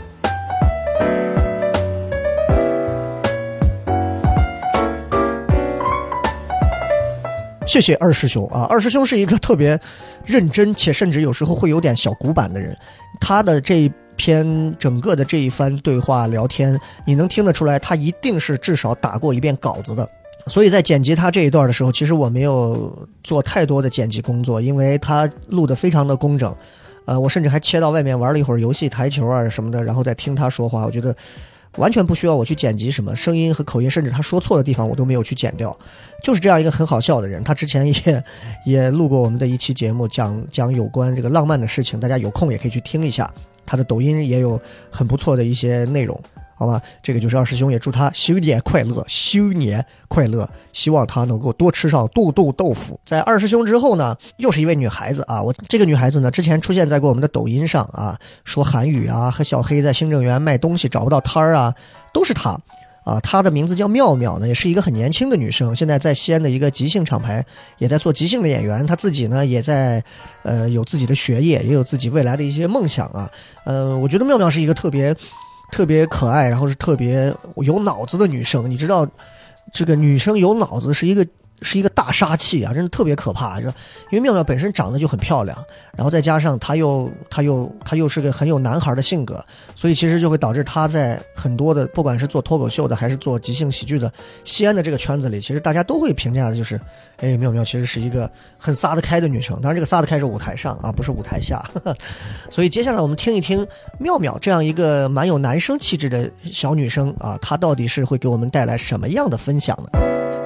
谢谢二师兄啊！二师兄是一个特别认真且甚至有时候会有点小古板的人，他的这一篇整个的这一番对话聊天，你能听得出来他一定是至少打过一遍稿子的。所以在剪辑他这一段的时候，其实我没有做太多的剪辑工作，因为他录得非常的工整。我甚至还切到外面玩了一会儿游戏台球啊什么的，然后再听他说话，我觉得完全不需要我去剪辑什么声音和口音，甚至他说错的地方我都没有去剪掉。就是这样一个很好笑的人。他之前也录过我们的一期节目，讲有关这个浪漫的事情，大家有空也可以去听一下，他的抖音也有很不错的一些内容，好吧？这个就是二师兄，也祝他新年快乐，新年快乐！希望他能够多吃上豆腐。在二师兄之后呢，又是一位女孩子啊。这个女孩子呢，之前出现在过我们的抖音上啊，说韩语啊，和小黑在行政园卖东西找不到摊儿啊，都是她啊。她的名字叫妙妙呢，也是一个很年轻的女生，现在在西安的一个即兴厂牌也在做即兴的演员。她自己呢也在有自己的学业，也有自己未来的一些梦想啊。我觉得妙妙是一个特别可爱，然后是特别有脑子的女生。你知道这个女生有脑子是一个大杀器啊，真的特别可怕。因为妙妙本身长得就很漂亮，然后再加上她又是个很有男孩的性格，所以其实就会导致她在很多的不管是做脱口秀的还是做即兴喜剧的西安的这个圈子里，其实大家都会评价的就是妙妙其实是一个很撒得开的女生。当然这个撒得开是舞台上啊，不是舞台下所以接下来我们听一听妙妙这样一个蛮有男生气质的小女生啊，她到底是会给我们带来什么样的分享呢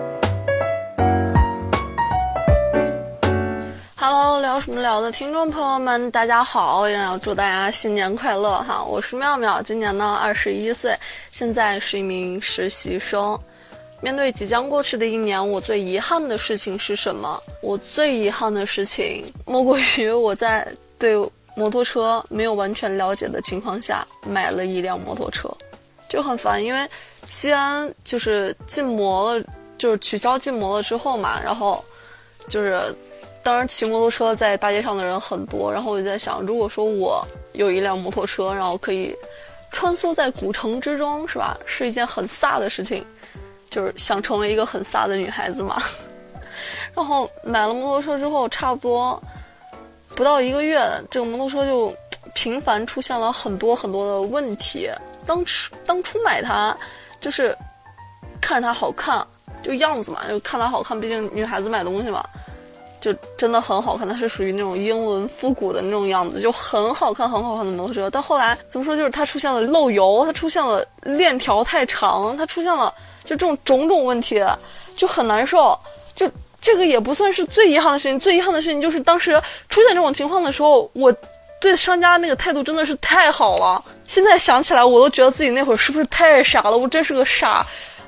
？Hello， 聊什么聊的听众朋友们，大家好！也要祝大家新年快乐哈！我是妙妙，今年呢21岁，现在是一名实习生。面对即将过去的一年，我最遗憾的事情是什么？我最遗憾的事情莫过于我在对摩托车没有完全了解的情况下买了一辆摩托车，就很烦。因为西安就是禁摩了，就是取消禁摩了之后嘛，然后就是当时骑摩托车在大街上的人很多，然后我就在想，如果说我有一辆摩托车，然后可以穿梭在古城之中，是吧？是一件很飒的事情，就是想成为一个很飒的女孩子嘛。然后买了摩托车之后，差不多不到1个月，这个摩托车就频繁出现了很多的问题。当初买它就是看着它好看，就样子嘛，就看它好看，毕竟女孩子买东西嘛，就真的很好看。它是属于那种英伦复古的那种样子，就很好看的摩托车。但后来怎么说，就是它出现了漏油，它出现了链条太长，它出现了就这种种问题，就很难受。就这个也不算是最遗憾的事情，最遗憾的事情就是当时出现这种情况的时候，我对商家那个态度真的是太好了。现在想起来，我都觉得自己那会儿是不是太傻了？我真是个傻。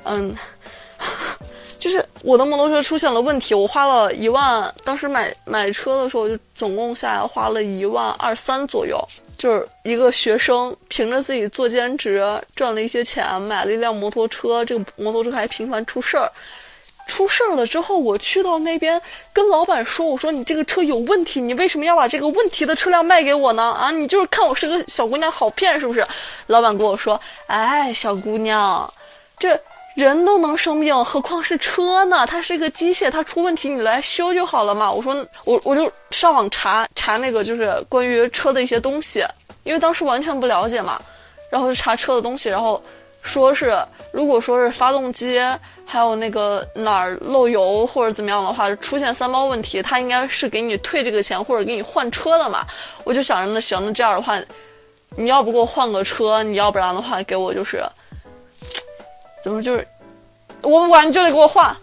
就是我的摩托车出现了问题，我花了1万，当时买车的时候就总共下来花了1.23万左右。就是一个学生凭着自己做兼职赚了一些钱，买了一辆摩托车，这个摩托车还频繁出事儿。出事儿了之后，我去到那边跟老板说，我说你这个车有问题，你为什么要把这个问题的车辆卖给我呢？啊，你就是看我是个小姑娘好骗是不是？老板跟我说，哎，小姑娘，这人都能生病，何况是车呢？它是一个机械，它出问题你来修就好了嘛。我说我就上网查那个就是关于车的一些东西，因为当时完全不了解嘛，然后就查车的东西，然后说是如果说是发动机还有那个哪儿漏油或者怎么样的话，出现3包问题，他应该是给你退这个钱或者给你换车的嘛。我就想着那行，那这样的话，你要不给我换个车，你要不然的话给我就是怎么就是我不管，你就得给我换。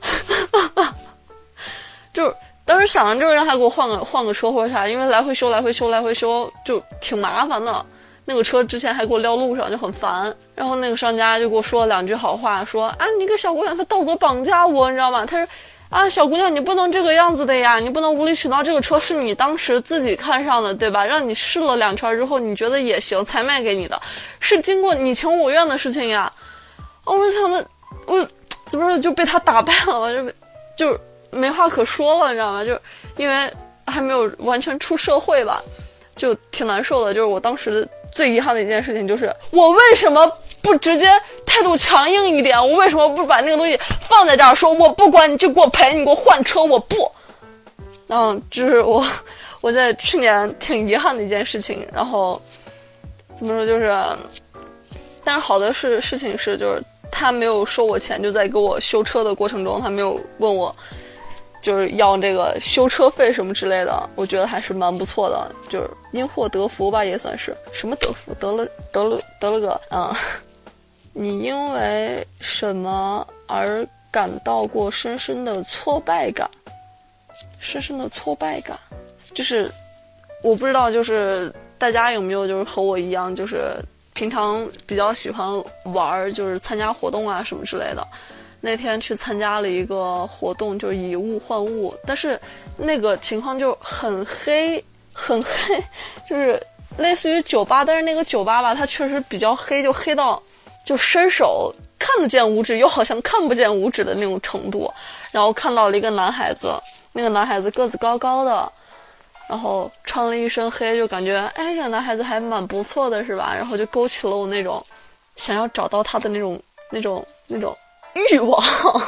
就是当时想着就是让他给我换个车或者啥，因为来回修就挺麻烦的。那个车之前还给我撂路上，就很烦。然后那个商家就给我说了2句好话，说啊，你个小姑娘，她道德绑架我，你知道吗？他说啊，小姑娘，你不能这个样子的呀，你不能无理取闹。这个车是你当时自己看上的，对吧？让你试了2圈之后，你觉得也行，才卖给你的，是经过你情我愿的事情呀。我想的，我怎么说就被他打败了，我就没话可说了，你知道吗？就因为还没有完全出社会吧，就挺难受的。就是我当时最遗憾的一件事情就是，我为什么不直接态度强硬一点？我为什么不把那个东西放在这儿，说我不管，你就给我赔，你给我换车，我不。就是我在去年挺遗憾的一件事情。然后怎么说就是，但是好的事情是，就是他没有收我钱，就在给我修车的过程中，他没有问我就是要这个修车费什么之类的，我觉得还是蛮不错的，就是因祸得福吧，也算是。什么得福？得了个你因为什么而感到过深深的挫败感？深深的挫败感，就是我不知道，就是大家有没有就是和我一样，就是平常比较喜欢玩，就是参加活动啊什么之类的。那天去参加了一个活动，就是以物换物，但是那个情况就很黑，就是类似于酒吧，但是那个酒吧吧，它确实比较黑，就黑到就伸手看得见五指，又好像看不见五指的那种程度。然后看到了一个男孩子，那个男孩子个子高高的，然后穿了一身黑，就感觉哎，这个男孩子还蛮不错的，是吧？然后就勾起了我那种想要找到他的那种欲望。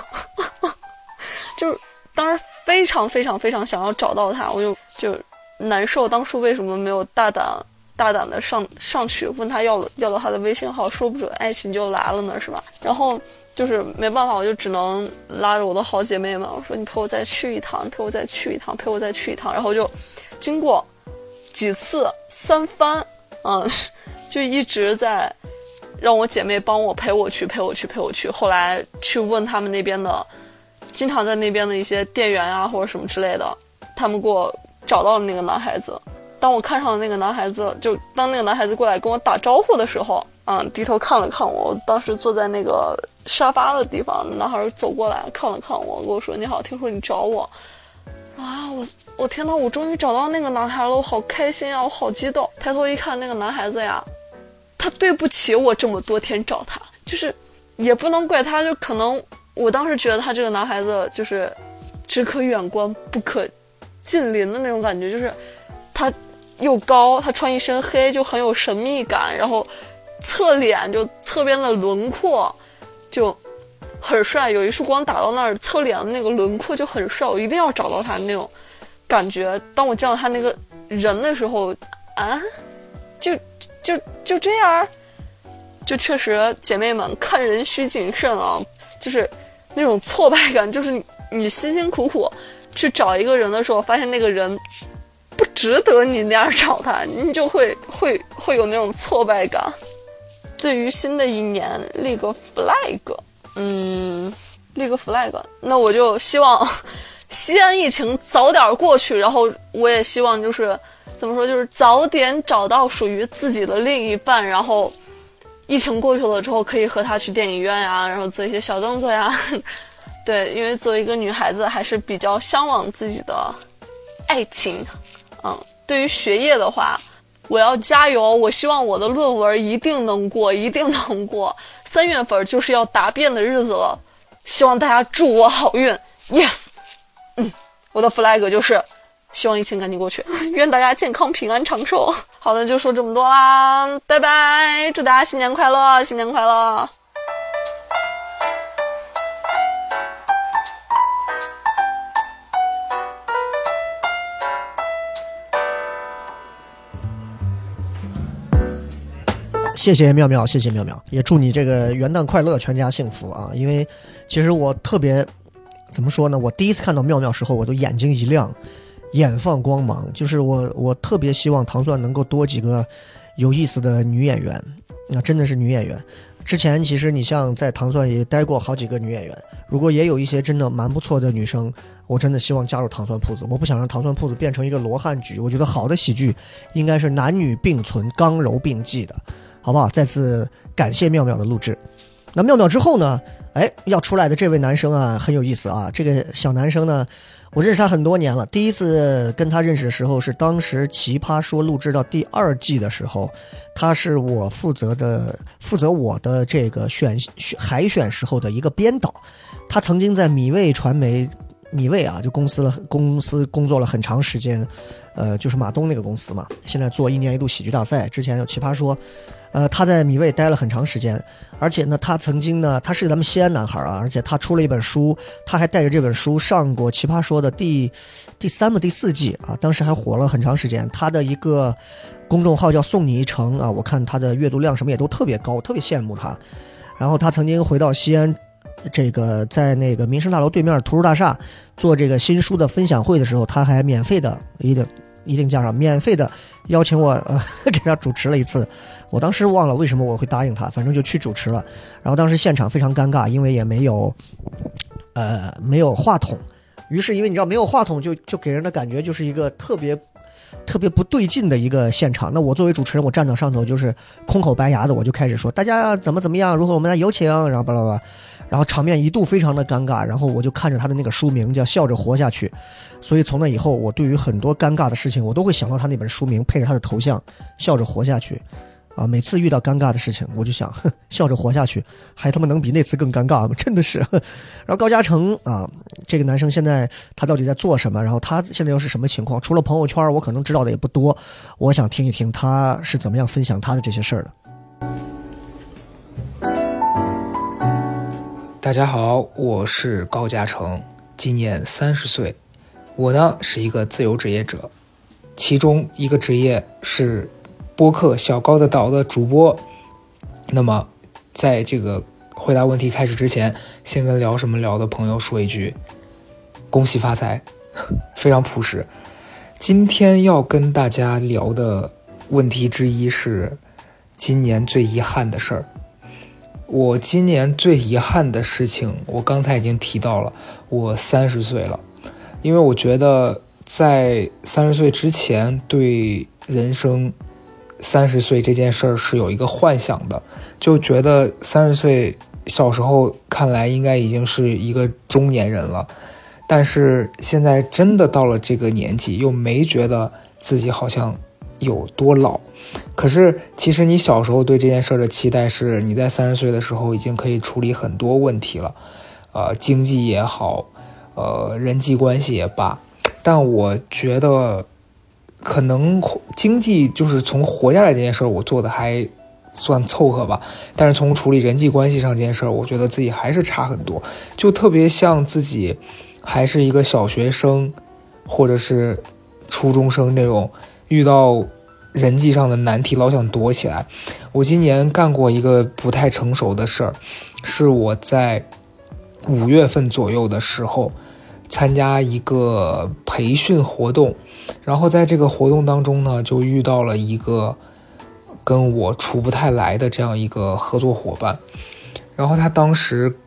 就是当时非常想要找到他，我就难受。当初为什么没有大胆的上去问他要到他的微信号，说不准爱情就来了呢，是吧？然后就是没办法，我就只能拉着我的好姐妹们，我说你陪我再去一趟，陪我再去一趟。然后就经过几次3番，就一直在让我姐妹帮我陪我去。后来去问他们那边的，经常在那边的一些店员啊或者什么之类的，他们给我找到了那个男孩子。当我看上了那个男孩子，就当那个男孩子过来跟我打招呼的时候，低头看了看我，当时坐在那个沙发的地方，男孩走过来看了看我，跟我说你好，听说你找我啊。我天哪，我终于找到那个男孩了，我好开心啊，我好激动。抬头一看，那个男孩子呀，他对不起我这么多天找他，就是也不能怪他，就可能我当时觉得他这个男孩子就是只可远观不可近邻的那种感觉，就是他又高，他穿一身黑就很有神秘感，然后侧脸就侧边的轮廓就很帅，有一束光打到那儿，侧脸的那个轮廓就很帅，我一定要找到他那种感觉。当我见到他那个人的时候就这样，就确实姐妹们看人需谨慎啊，就是那种挫败感，就是你辛辛苦苦去找一个人的时候，发现那个人不值得你那样找他，你就会有那种挫败感。对于新的一年立个 flag， 立个 flag， 那我就希望西安疫情早点过去，然后我也希望就是怎么说，就是早点找到属于自己的另一半，然后疫情过去了之后可以和他去电影院呀，然后做一些小动作呀。对，因为作为一个女孩子还是比较向往自己的爱情。对于学业的话，我要加油，我希望我的论文一定能过，一定能过。3月份就是要答辩的日子了，希望大家祝我好运。 Yes。 我的 flag 就是希望疫情赶紧过去，愿大家健康平安长寿。好的，就说这么多啦，拜拜，祝大家新年快乐，新年快乐。 谢谢妙妙，谢谢妙妙，也祝你这个元旦快乐，全家幸福啊！因为其实我特别怎么说呢，我第一次看到妙妙时候，我都眼睛一亮，眼放光芒。就是我特别希望糖蒜能够多几个有意思的女演员，那真的是女演员。之前其实你像在糖蒜也待过好几个女演员，如果也有一些真的蛮不错的女生，我真的希望加入糖蒜铺子。我不想让糖蒜铺子变成一个罗汉剧，我觉得好的喜剧应该是男女并存，刚柔并济的。好不好？再次感谢妙妙的录制。那妙妙之后呢，要出来的这位男生啊很有意思啊。这个小男生呢，我认识他很多年了，第一次跟他认识的时候是当时奇葩说录制到第2季的时候，他是我负责我的这个海选时候的一个编导。他曾经在米味传媒就公司工作了很长时间，就是马东那个公司嘛，现在做1年1度喜剧大赛，之前有奇葩说。他在米味待了很长时间，而且呢，他曾经呢，他是咱们西安男孩啊，而且他出了一本书，他还带着这本书上过奇葩说的第3、第4季啊，当时还火了很长时间。他的一个公众号叫送你一程啊，我看他的阅读量什么也都特别高，特别羡慕他。然后他曾经回到西安，这个在那个民生大楼对面图书大厦做这个新书的分享会的时候，他还免费的一定加上免费的邀请我给他主持了一次。我当时忘了为什么我会答应他，反正就去主持了。然后当时现场非常尴尬，因为也没有话筒，于是因为你知道没有话筒就给人的感觉就是一个特别不对劲的一个现场。那我作为主持人，我站到上头就是空口白牙的，我就开始说大家怎么样，如何我们来有请，然后巴拉巴拉，然后场面一度非常的尴尬。然后我就看着他的那个书名叫笑着活下去，所以从那以后我对于很多尴尬的事情我都会想到他那本书名，配着他的头像笑着活下去啊。每次遇到尴尬的事情我就想笑着活下去，还他妈能比那次更尴尬吗？真的是。然后高嘉诚啊，这个男生现在他到底在做什么，然后他现在又是什么情况，除了朋友圈我可能知道的也不多，我想听一听他是怎么样分享他的这些事儿的。 大家好，我是高嘉诚，今年30岁。我呢是一个自由职业者，其中一个职业是播客小高的岛的主播。那么在这个回答问题开始之前，先跟聊什么聊的朋友说一句恭喜发财，非常朴实。今天要跟大家聊的问题之一是今年最遗憾的事儿。我今年最遗憾的事情，我刚才已经提到了，我30岁了。因为我觉得在30岁之前对人生30岁这件事儿是有一个幻想的，就觉得30岁小时候看来应该已经是一个中年人了，但是现在真的到了这个年纪，又没觉得自己好像有多老。可是其实你小时候对这件事的期待是你在30岁的时候已经可以处理很多问题了，经济也好，人际关系也罢。但我觉得可能经济就是从活下来这件事我做的还算凑合吧，但是从处理人际关系上这件事我觉得自己还是差很多，就特别像自己还是一个小学生或者是初中生那种，遇到人际上的难题老想躲起来。我今年干过一个不太成熟的事儿，是我在5月份左右的时候参加一个培训活动，然后在这个活动当中呢，就遇到了一个跟我处不太来的这样一个合作伙伴。然后他当时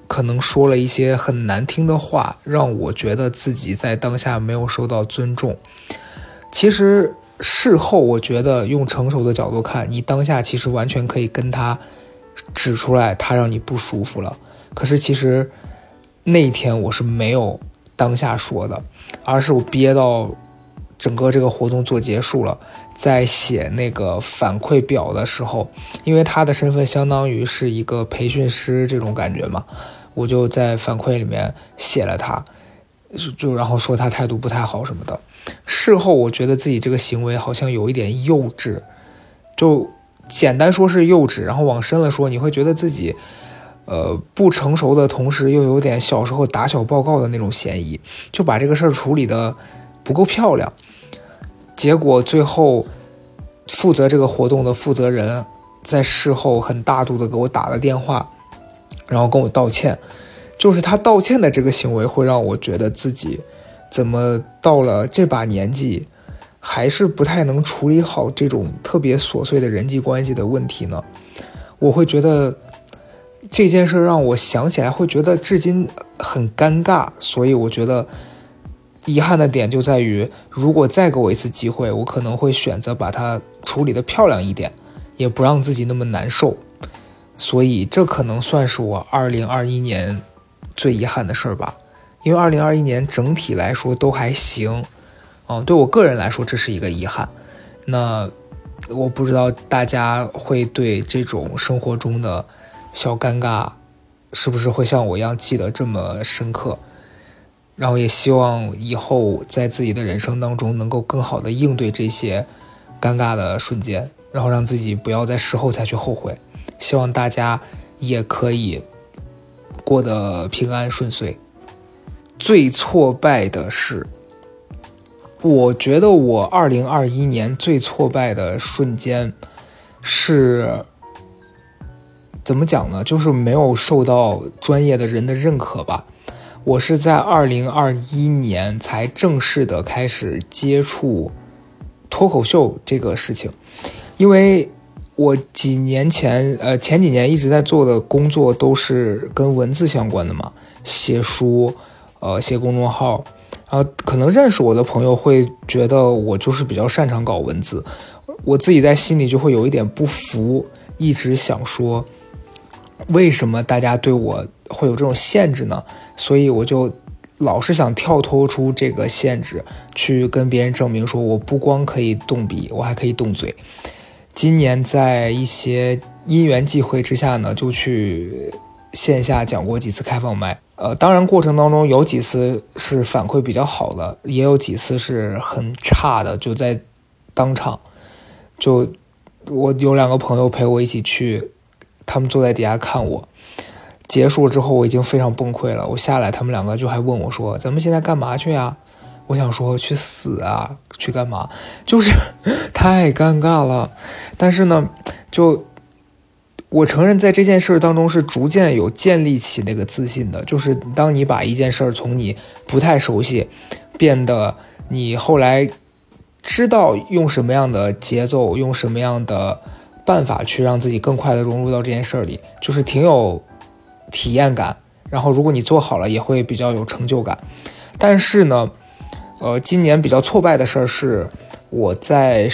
可能说了一些很难听的话，让我觉得自己在当下没有受到尊重。其实事后我觉得用成熟的角度看，你当下其实完全可以跟他指出来他让你不舒服了，可是其实那一天我是没有当下说的，而是我憋到整个这个活动做结束了，在写那个反馈表的时候，因为他的身份相当于是一个培训师这种感觉嘛，我就在反馈里面写了他，就然后说他态度不太好什么的。事后我觉得自己这个行为好像有一点幼稚，就简单说是幼稚，然后往深了说，你会觉得自己不成熟的同时又有点小时候打小报告的那种嫌疑，就把这个事儿处理的不够漂亮。结果最后负责这个活动的负责人在事后很大度的给我打了电话，然后跟我道歉。就是他道歉的这个行为会让我觉得自己怎么到了这把年纪还是不太能处理好这种特别琐碎的人际关系的问题呢？我会觉得这件事让我想起来会觉得至今很尴尬，所以我觉得遗憾的点就在于，如果再给我一次机会，我可能会选择把它处理得漂亮一点，也不让自己那么难受。所以这可能算是我2021年最遗憾的事儿吧。因为2021年整体来说都还行，对我个人来说这是一个遗憾。那我不知道大家会对这种生活中的小尴尬是不是会像我一样记得这么深刻，然后也希望以后在自己的人生当中能够更好的应对这些尴尬的瞬间，然后让自己不要在事后才去后悔。希望大家也可以过得平安顺遂。最挫败的是，我觉得我2021年最挫败的瞬间是怎么讲呢？就是没有受到专业的人的认可吧。我是在2021年才正式的开始接触脱口秀这个事情，因为我前几年一直在做的工作都是跟文字相关的嘛，写书，写公众号，然后可能认识我的朋友会觉得我就是比较擅长搞文字，我自己在心里就会有一点不服，一直想说为什么大家对我会有这种限制呢？所以我就老是想跳脱出这个限制，去跟别人证明说我不光可以动笔，我还可以动嘴。今年在一些因缘际会之下呢，就去线下讲过几次开放麦，当然过程当中有几次是反馈比较好的，也有几次是很差的，就在当场，就我有2个朋友陪我一起去，他们坐在底下看我，结束之后我已经非常崩溃了，我下来他们2个就还问我说咱们现在干嘛去呀？我想说去死啊，去干嘛？就是太尴尬了。但是呢，就我承认在这件事当中是逐渐有建立起那个自信的，就是当你把一件事从你不太熟悉变得你后来知道用什么样的节奏，用什么样的办法去让自己更快的融入到这件事里，就是挺有体验感，然后如果你做好了也会比较有成就感。但是呢今年比较挫败的事是我在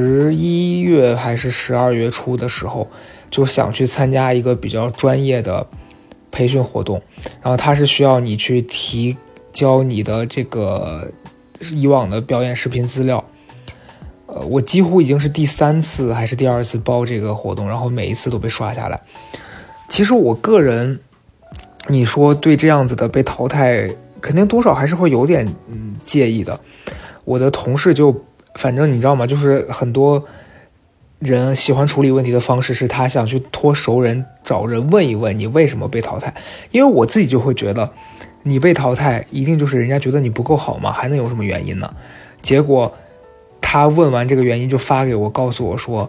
11月还是12月初的时候就想去参加一个比较专业的培训活动，然后它是需要你去提交你的这个以往的表演视频资料。我几乎已经是第3次还是第2次报这个活动，然后每一次都被刷下来。其实我个人你说对这样子的被淘汰肯定多少还是会有点介意的。我的同事就反正你知道吗，就是很多人喜欢处理问题的方式是他想去托熟人找人问一问你为什么被淘汰，因为我自己就会觉得你被淘汰一定就是人家觉得你不够好嘛，还能有什么原因呢？结果他问完这个原因就发给我，告诉我说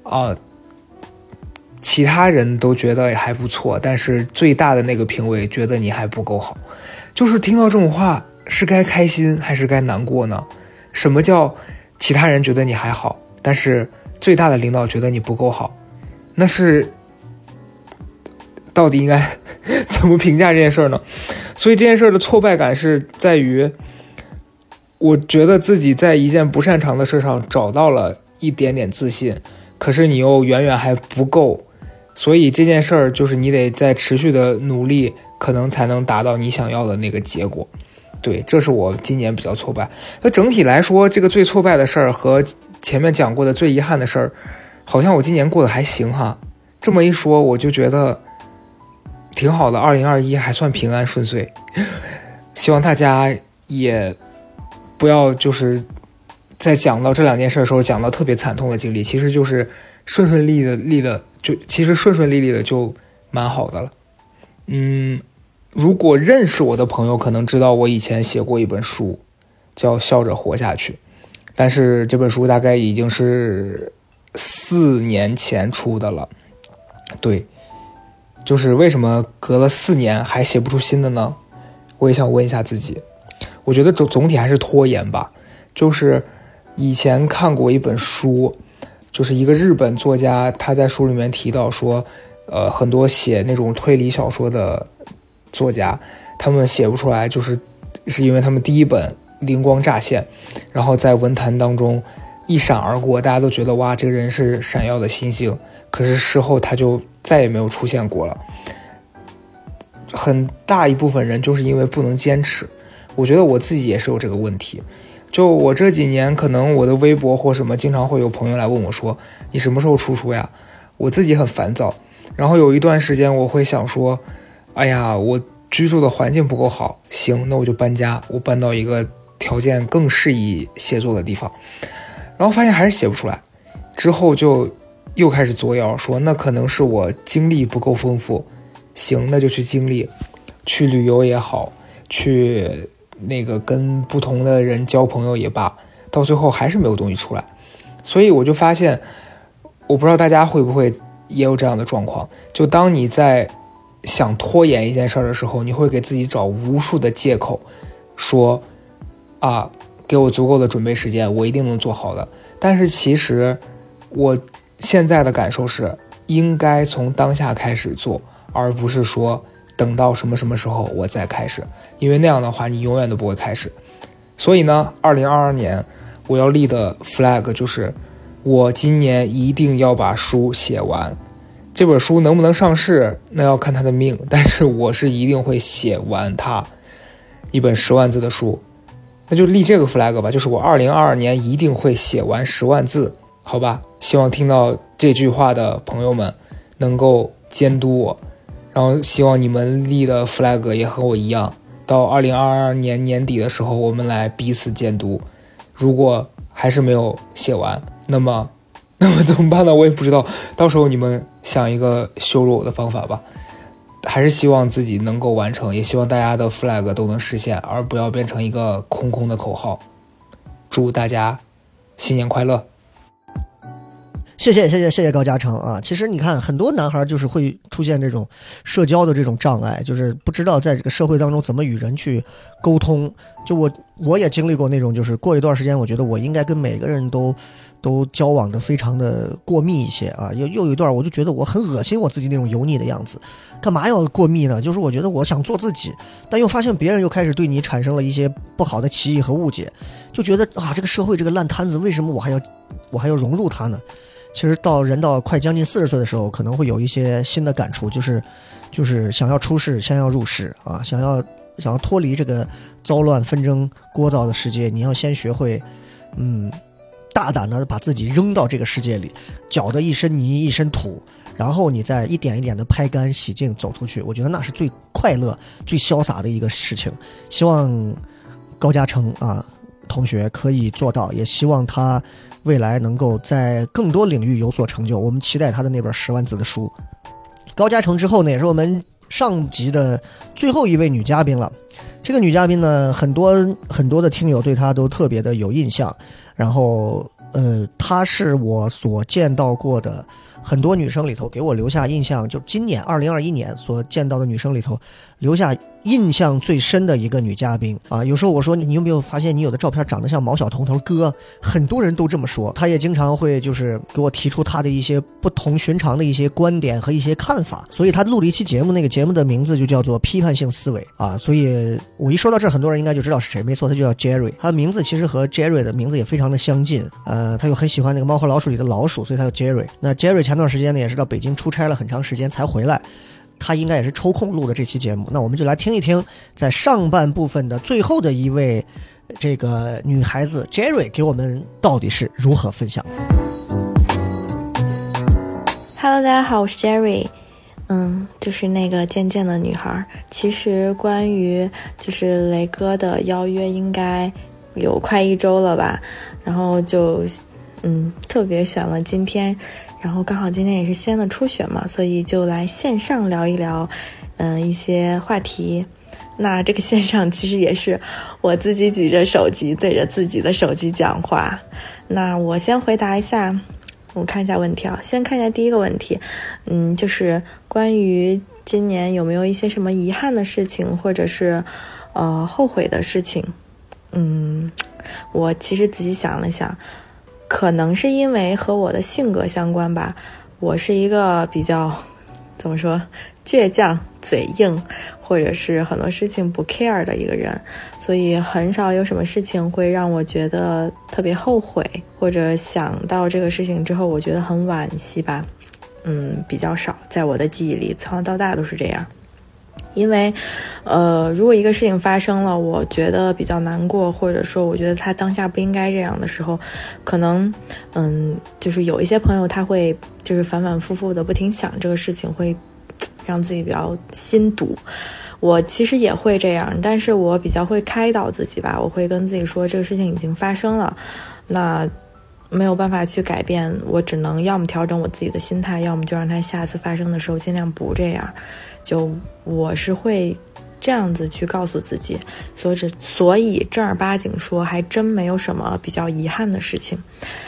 其他人都觉得还不错，但是最大的那个评委觉得你还不够好。就是听到这种话是该开心还是该难过呢？什么叫其他人觉得你还好，但是最大的领导觉得你不够好？那是到底应该怎么评价这件事呢？所以这件事的挫败感是在于，我觉得自己在一件不擅长的事上找到了一点点自信，可是你又远远还不够，所以这件事儿就是你得在持续的努力，可能才能达到你想要的那个结果。对，这是我今年比较挫败。那整体来说，这个最挫败的事儿和前面讲过的最遗憾的事儿，好像我今年过得还行哈。这么一说，我就觉得挺好的，2021还算平安顺遂。希望大家也不要就是在讲到这2件事的时候讲到特别惨痛的经历，其实就是顺顺利利的就蛮好的了。如果认识我的朋友可能知道我以前写过一本书叫《笑着活下去》，但是这本书大概已经是4年前出的了。对，就是为什么隔了4年还写不出新的呢？我也想问一下自己。我觉得总体还是拖延吧。就是以前看过一本书，就是一个日本作家，他在书里面提到说很多写那种推理小说的作家，他们写不出来，是因为他们第一本灵光乍现，然后在文坛当中一闪而过，大家都觉得哇，这个人是闪耀的星星，可是事后他就再也没有出现过了。很大一部分人就是因为不能坚持，我觉得我自己也是有这个问题。就我这几年，可能我的微博或什么经常会有朋友来问我说，你什么时候出书呀？我自己很烦躁，然后有一段时间我会想说，哎呀，我居住的环境不够好，行，那我就搬家，我搬到一个条件更适宜写作的地方，然后发现还是写不出来，之后就又开始作谣说那可能是我经历不够丰富，行，那就去经历，去旅游也好，去那个跟不同的人交朋友也罢，到最后还是没有东西出来。所以我就发现，我不知道大家会不会也有这样的状况，就当你在想拖延一件事的时候，你会给自己找无数的借口，说啊，给我足够的准备时间，我一定能做好的。但是其实我现在的感受是，应该从当下开始做，而不是说等到什么时候我再开始，因为那样的话你永远都不会开始。所以呢，2022年我要立的 flag 就是我今年一定要把书写完。这本书能不能上市那要看它的命，但是我是一定会写完它，一本10万字的书。那就立这个 flag 吧，就是我2022年一定会写完10万字，好吧？希望听到这句话的朋友们能够监督我，然后希望你们立的 flag 也和我一样，到2022年年底的时候我们来彼此监督。如果还是没有写完，那么怎么办呢？我也不知道，到时候你们想一个羞辱我的方法吧。还是希望自己能够完成，也希望大家的 flag 都能实现，而不要变成一个空空的口号。祝大家新年快乐。 谢谢高嘉诚啊！其实你看，很多男孩就是会出现这种社交的这种障碍，就是不知道在这个社会当中怎么与人去沟通。就我也经历过那种，就是过一段时间，我觉得我应该跟每个人都交往的非常的过密一些啊。又有一段，我就觉得我很恶心我自己那种油腻的样子，干嘛要过密呢？就是我觉得我想做自己，但又发现别人又开始对你产生了一些不好的歧义和误解，就觉得啊，这个社会这个烂摊子，为什么我还要融入它呢？其实到快将近40岁的时候，可能会有一些新的感触，就是想要出世，先要入世啊，想要脱离这个糟乱纷争聒噪的世界，你要先学会大胆的把自己扔到这个世界里，搅得一身泥一身土，然后你再一点一点的拍干洗净走出去，我觉得那是最快乐最潇洒的一个事情。希望高嘉诚啊同学可以做到，也希望他未来能够在更多领域有所成就，我们期待他的那本10万字的书。高嘉诚之后呢，也是我们上集的最后一位女嘉宾了。这个女嘉宾呢，很多的听友对她都特别的有印象，然后她是我所见到过的很多女生里头给我留下印象，就今年2021年所见到的女生里头留下印象最深的一个女嘉宾啊。有时候我说你有没有发现你有的照片长得像毛晓彤，他说哥，很多人都这么说。他也经常会就是给我提出他的一些不同寻常的一些观点和一些看法，所以他录了一期节目，那个节目的名字就叫做批判性思维啊。所以我一说到这，很多人应该就知道是谁，没错，他就叫 Jerry。他的名字其实和 Jerry 的名字也非常的相近，他又很喜欢那个猫和老鼠里的老鼠，所以他叫 Jerry。那 Jerry 前段时间呢也是到北京出差了很长时间才回来，他应该也是抽空录的这期节目。那我们就来听一听在上半部分的最后的一位这个女孩子 Jerry 给我们到底是如何分享。 Hello， 大家好，我是 Jerry。就是那个渐渐的女孩。其实关于就是雷哥的邀约应该有快1周了吧，然后就特别选了今天，然后刚好今天也是西安的初选嘛，所以就来线上聊一聊一些话题。那这个线上其实也是我自己举着手机对着自己的手机讲话。那我先回答一下，我看一下问题啊，先看一下第一个问题，就是关于今年有没有一些什么遗憾的事情，或者是后悔的事情。我其实仔细想了想，可能是因为和我的性格相关吧。我是一个比较怎么说倔强、嘴硬，或者是很多事情不 care 的一个人，所以很少有什么事情会让我觉得特别后悔，或者想到这个事情之后我觉得很惋惜吧。比较少，在我的记忆里从小到大都是这样。因为如果一个事情发生了，我觉得比较难过，或者说我觉得他当下不应该这样的时候，可能就是有一些朋友他会就是反反复复的不停想这个事情，会让自己比较心堵。我其实也会这样，但是我比较会开导自己吧，我会跟自己说这个事情已经发生了，那没有办法去改变，我只能要么调整我自己的心态，要么就让它下次发生的时候尽量不这样。就我是会这样子去告诉自己，所以正儿八经说还真没有什么比较遗憾的事情。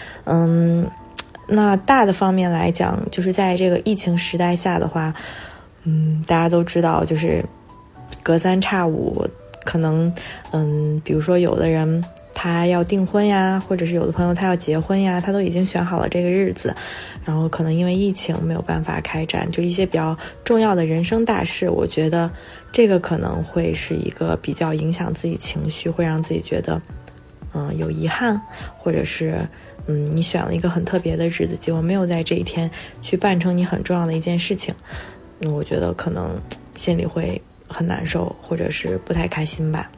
那大的方面来讲，就是在这个疫情时代下的话，大家都知道，就是隔三差五可能比如说有的人他要订婚呀，或者是有的朋友他要结婚呀，他都已经选好了这个日子，然后可能因为疫情没有办法开展，就一些比较重要的人生大事，我觉得这个可能会是一个比较影响自己情绪，会让自己觉得有遗憾，或者是你选了一个很特别的日子，结果没有在这一天去办成你很重要的一件事情，我觉得可能心里会很难受，或者是不太开心吧。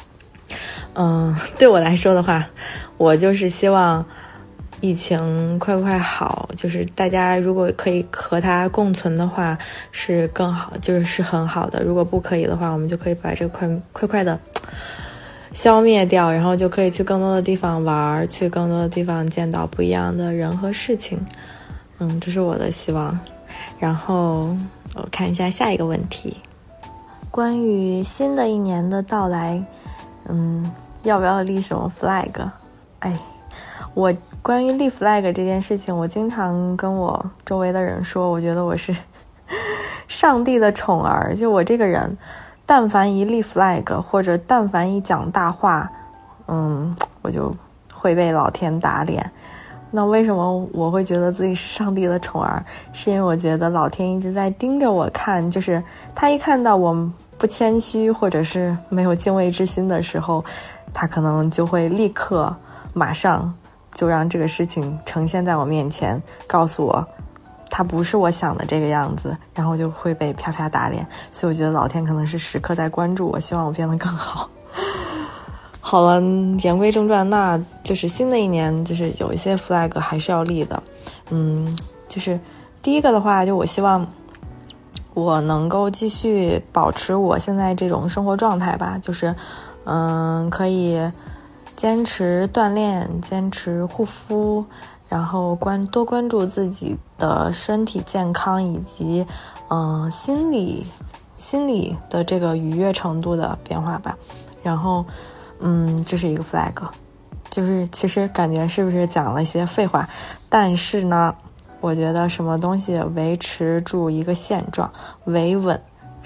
对我来说的话，我就是希望疫情快好，就是大家如果可以和它共存的话是更好，就是很好的。如果不可以的话，我们就可以把这个快的消灭掉，然后就可以去更多的地方玩，去更多的地方见到不一样的人和事情。这是我的希望。然后我看一下下一个问题，关于新的一年的到来，要不要立什么 flag？ 我关于立 flag 这件事情，我经常跟我周围的人说，我觉得我是上帝的宠儿。就我这个人，但凡一立 flag， 或者但凡一讲大话，我就会被老天打脸。那为什么我会觉得自己是上帝的宠儿？是因为我觉得老天一直在盯着我看，就是他一看到我不谦虚或者是没有敬畏之心的时候，他可能就会立刻马上就让这个事情呈现在我面前，告诉我他不是我想的这个样子，然后就会被啪啪打脸。所以我觉得老天可能是时刻在关注我，希望我变得更好。好了，言归正传，那就是新的一年就是有一些 flag 还是要立的。就是第一个的话，就我希望我能够继续保持我现在这种生活状态吧，就是可以坚持锻炼，坚持护肤，然后多关注自己的身体健康，以及心理的这个愉悦程度的变化吧。然后这是一个 flag， 就是其实感觉是不是讲了一些废话，但是呢我觉得什么东西维持住一个现状，维稳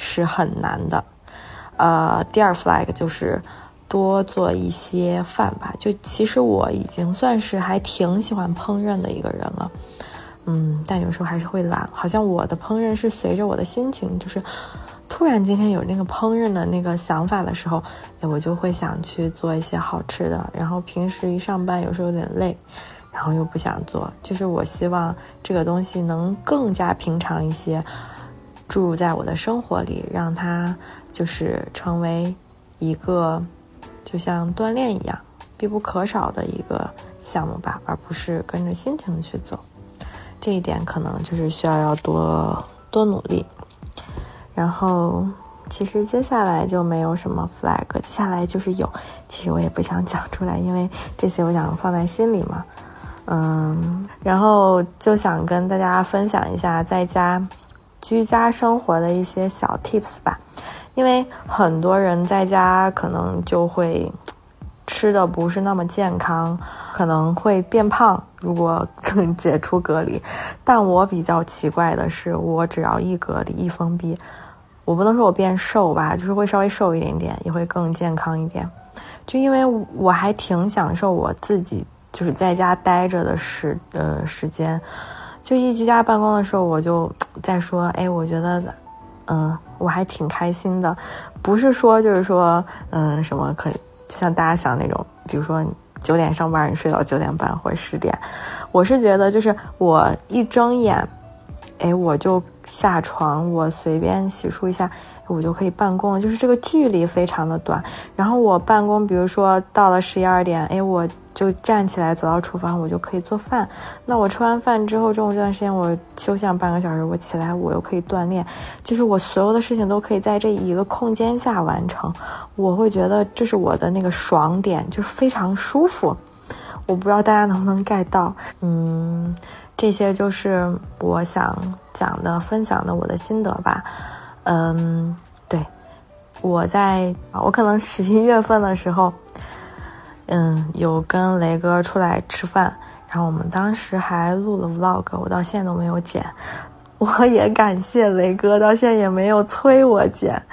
是很难的。第二 flag 就是多做一些饭吧。就其实我已经算是还挺喜欢烹饪的一个人了，但有时候还是会懒。好像我的烹饪是随着我的心情，就是突然今天有那个烹饪的那个想法的时候，我就会想去做一些好吃的。然后平时一上班有时候有点累，然后又不想做，就是我希望这个东西能更加平常一些，注入在我的生活里，让它就是成为一个就像锻炼一样必不可少的一个项目吧，而不是跟着心情去走。这一点可能就是需要多努力。然后其实接下来就没有什么 flag， 接下来就是有，其实我也不想讲出来，因为这些我想放在心里嘛。然后就想跟大家分享一下在家居家生活的一些小 tips 吧。因为很多人在家可能就会吃的不是那么健康，可能会变胖，如果解除隔离。但我比较奇怪的是，我只要一隔离一封闭，我不能说我变瘦吧，就是会稍微瘦一点点，也会更健康一点。就因为我还挺享受我自己就是在家待着的时间。就一居家办公的时候，我就在说，我觉得我还挺开心的。不是说就是说什么可以就像大家想那种，比如说9点上班你睡到9点半或者10点。我是觉得就是我一睁眼我就下床，我随便洗漱一下，我就可以办公了，就是这个距离非常的短。然后我办公比如说到了11、12点，我就站起来走到厨房，我就可以做饭。那我吃完饭之后，中午这段时间我休息半个小时，我起来我又可以锻炼，就是我所有的事情都可以在这一个空间下完成。我会觉得这是我的那个爽点，就是非常舒服。我不知道大家能不能 get 到。这些就是我想讲的分享的我的心得吧。对，我可能11月份的时候有跟雷哥出来吃饭，然后我们当时还录了 vlog， 我到现在都没有剪。我也感谢雷哥，到现在也没有催我剪。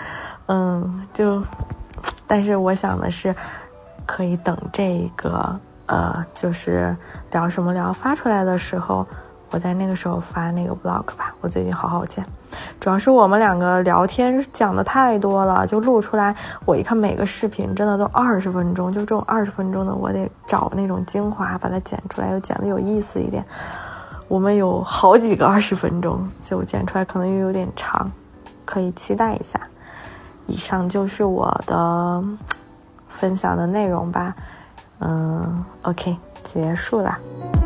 但是我想的是可以等这个就是聊什么聊发出来的时候，我在那个时候发那个 vlog 吧。我最近好好剪，主要是我们两个聊天讲的太多了，就录出来我一看每个视频真的都20分钟，就这种20分钟的我得找那种精华把它剪出来，又剪得有意思一点。我们有好几个20分钟，就剪出来可能又有点长，可以期待一下。以上就是我的分享的内容吧。OK， 结束啦。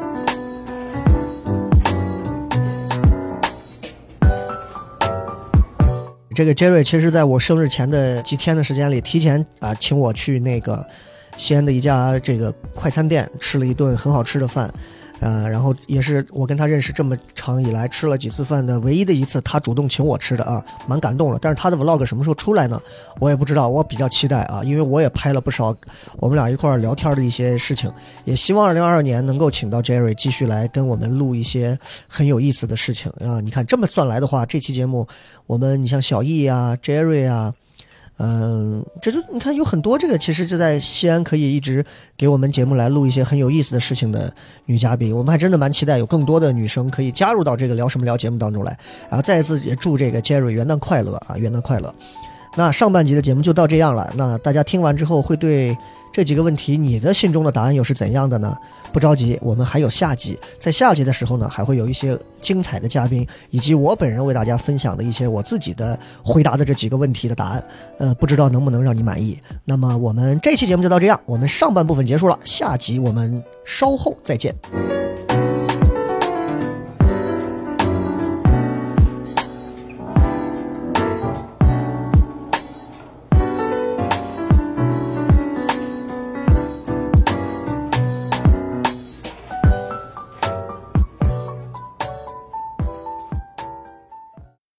这个 Jerry 其实在我生日前的几天的时间里，提前请我去那个西安的一家这个快餐店吃了一顿很好吃的饭。然后也是我跟他认识这么长以来吃了几次饭的唯一的一次，他主动请我吃的啊，蛮感动了。但是他的 vlog 什么时候出来呢？我也不知道，我比较期待啊，因为我也拍了不少我们俩一块儿聊天的一些事情，也希望2022年能够请到 Jerry 继续来跟我们录一些很有意思的事情啊。你看这么算来的话，这期节目你像小易啊 Jerry 啊，这就你看有很多这个其实就在西安可以一直给我们节目来录一些很有意思的事情的女嘉宾，我们还真的蛮期待有更多的女生可以加入到这个聊什么聊节目当中来。然后再一次也祝这个 Jerry 元旦快乐啊，元旦快乐。那上半集的节目就到这样了，那大家听完之后会对这几个问题你的心中的答案又是怎样的呢？不着急，我们还有下集，在下集的时候呢还会有一些精彩的嘉宾，以及我本人为大家分享的一些我自己的回答的这几个问题的答案，不知道能不能让你满意。那么我们这期节目就到这样，我们上半部分结束了，下集我们稍后再见。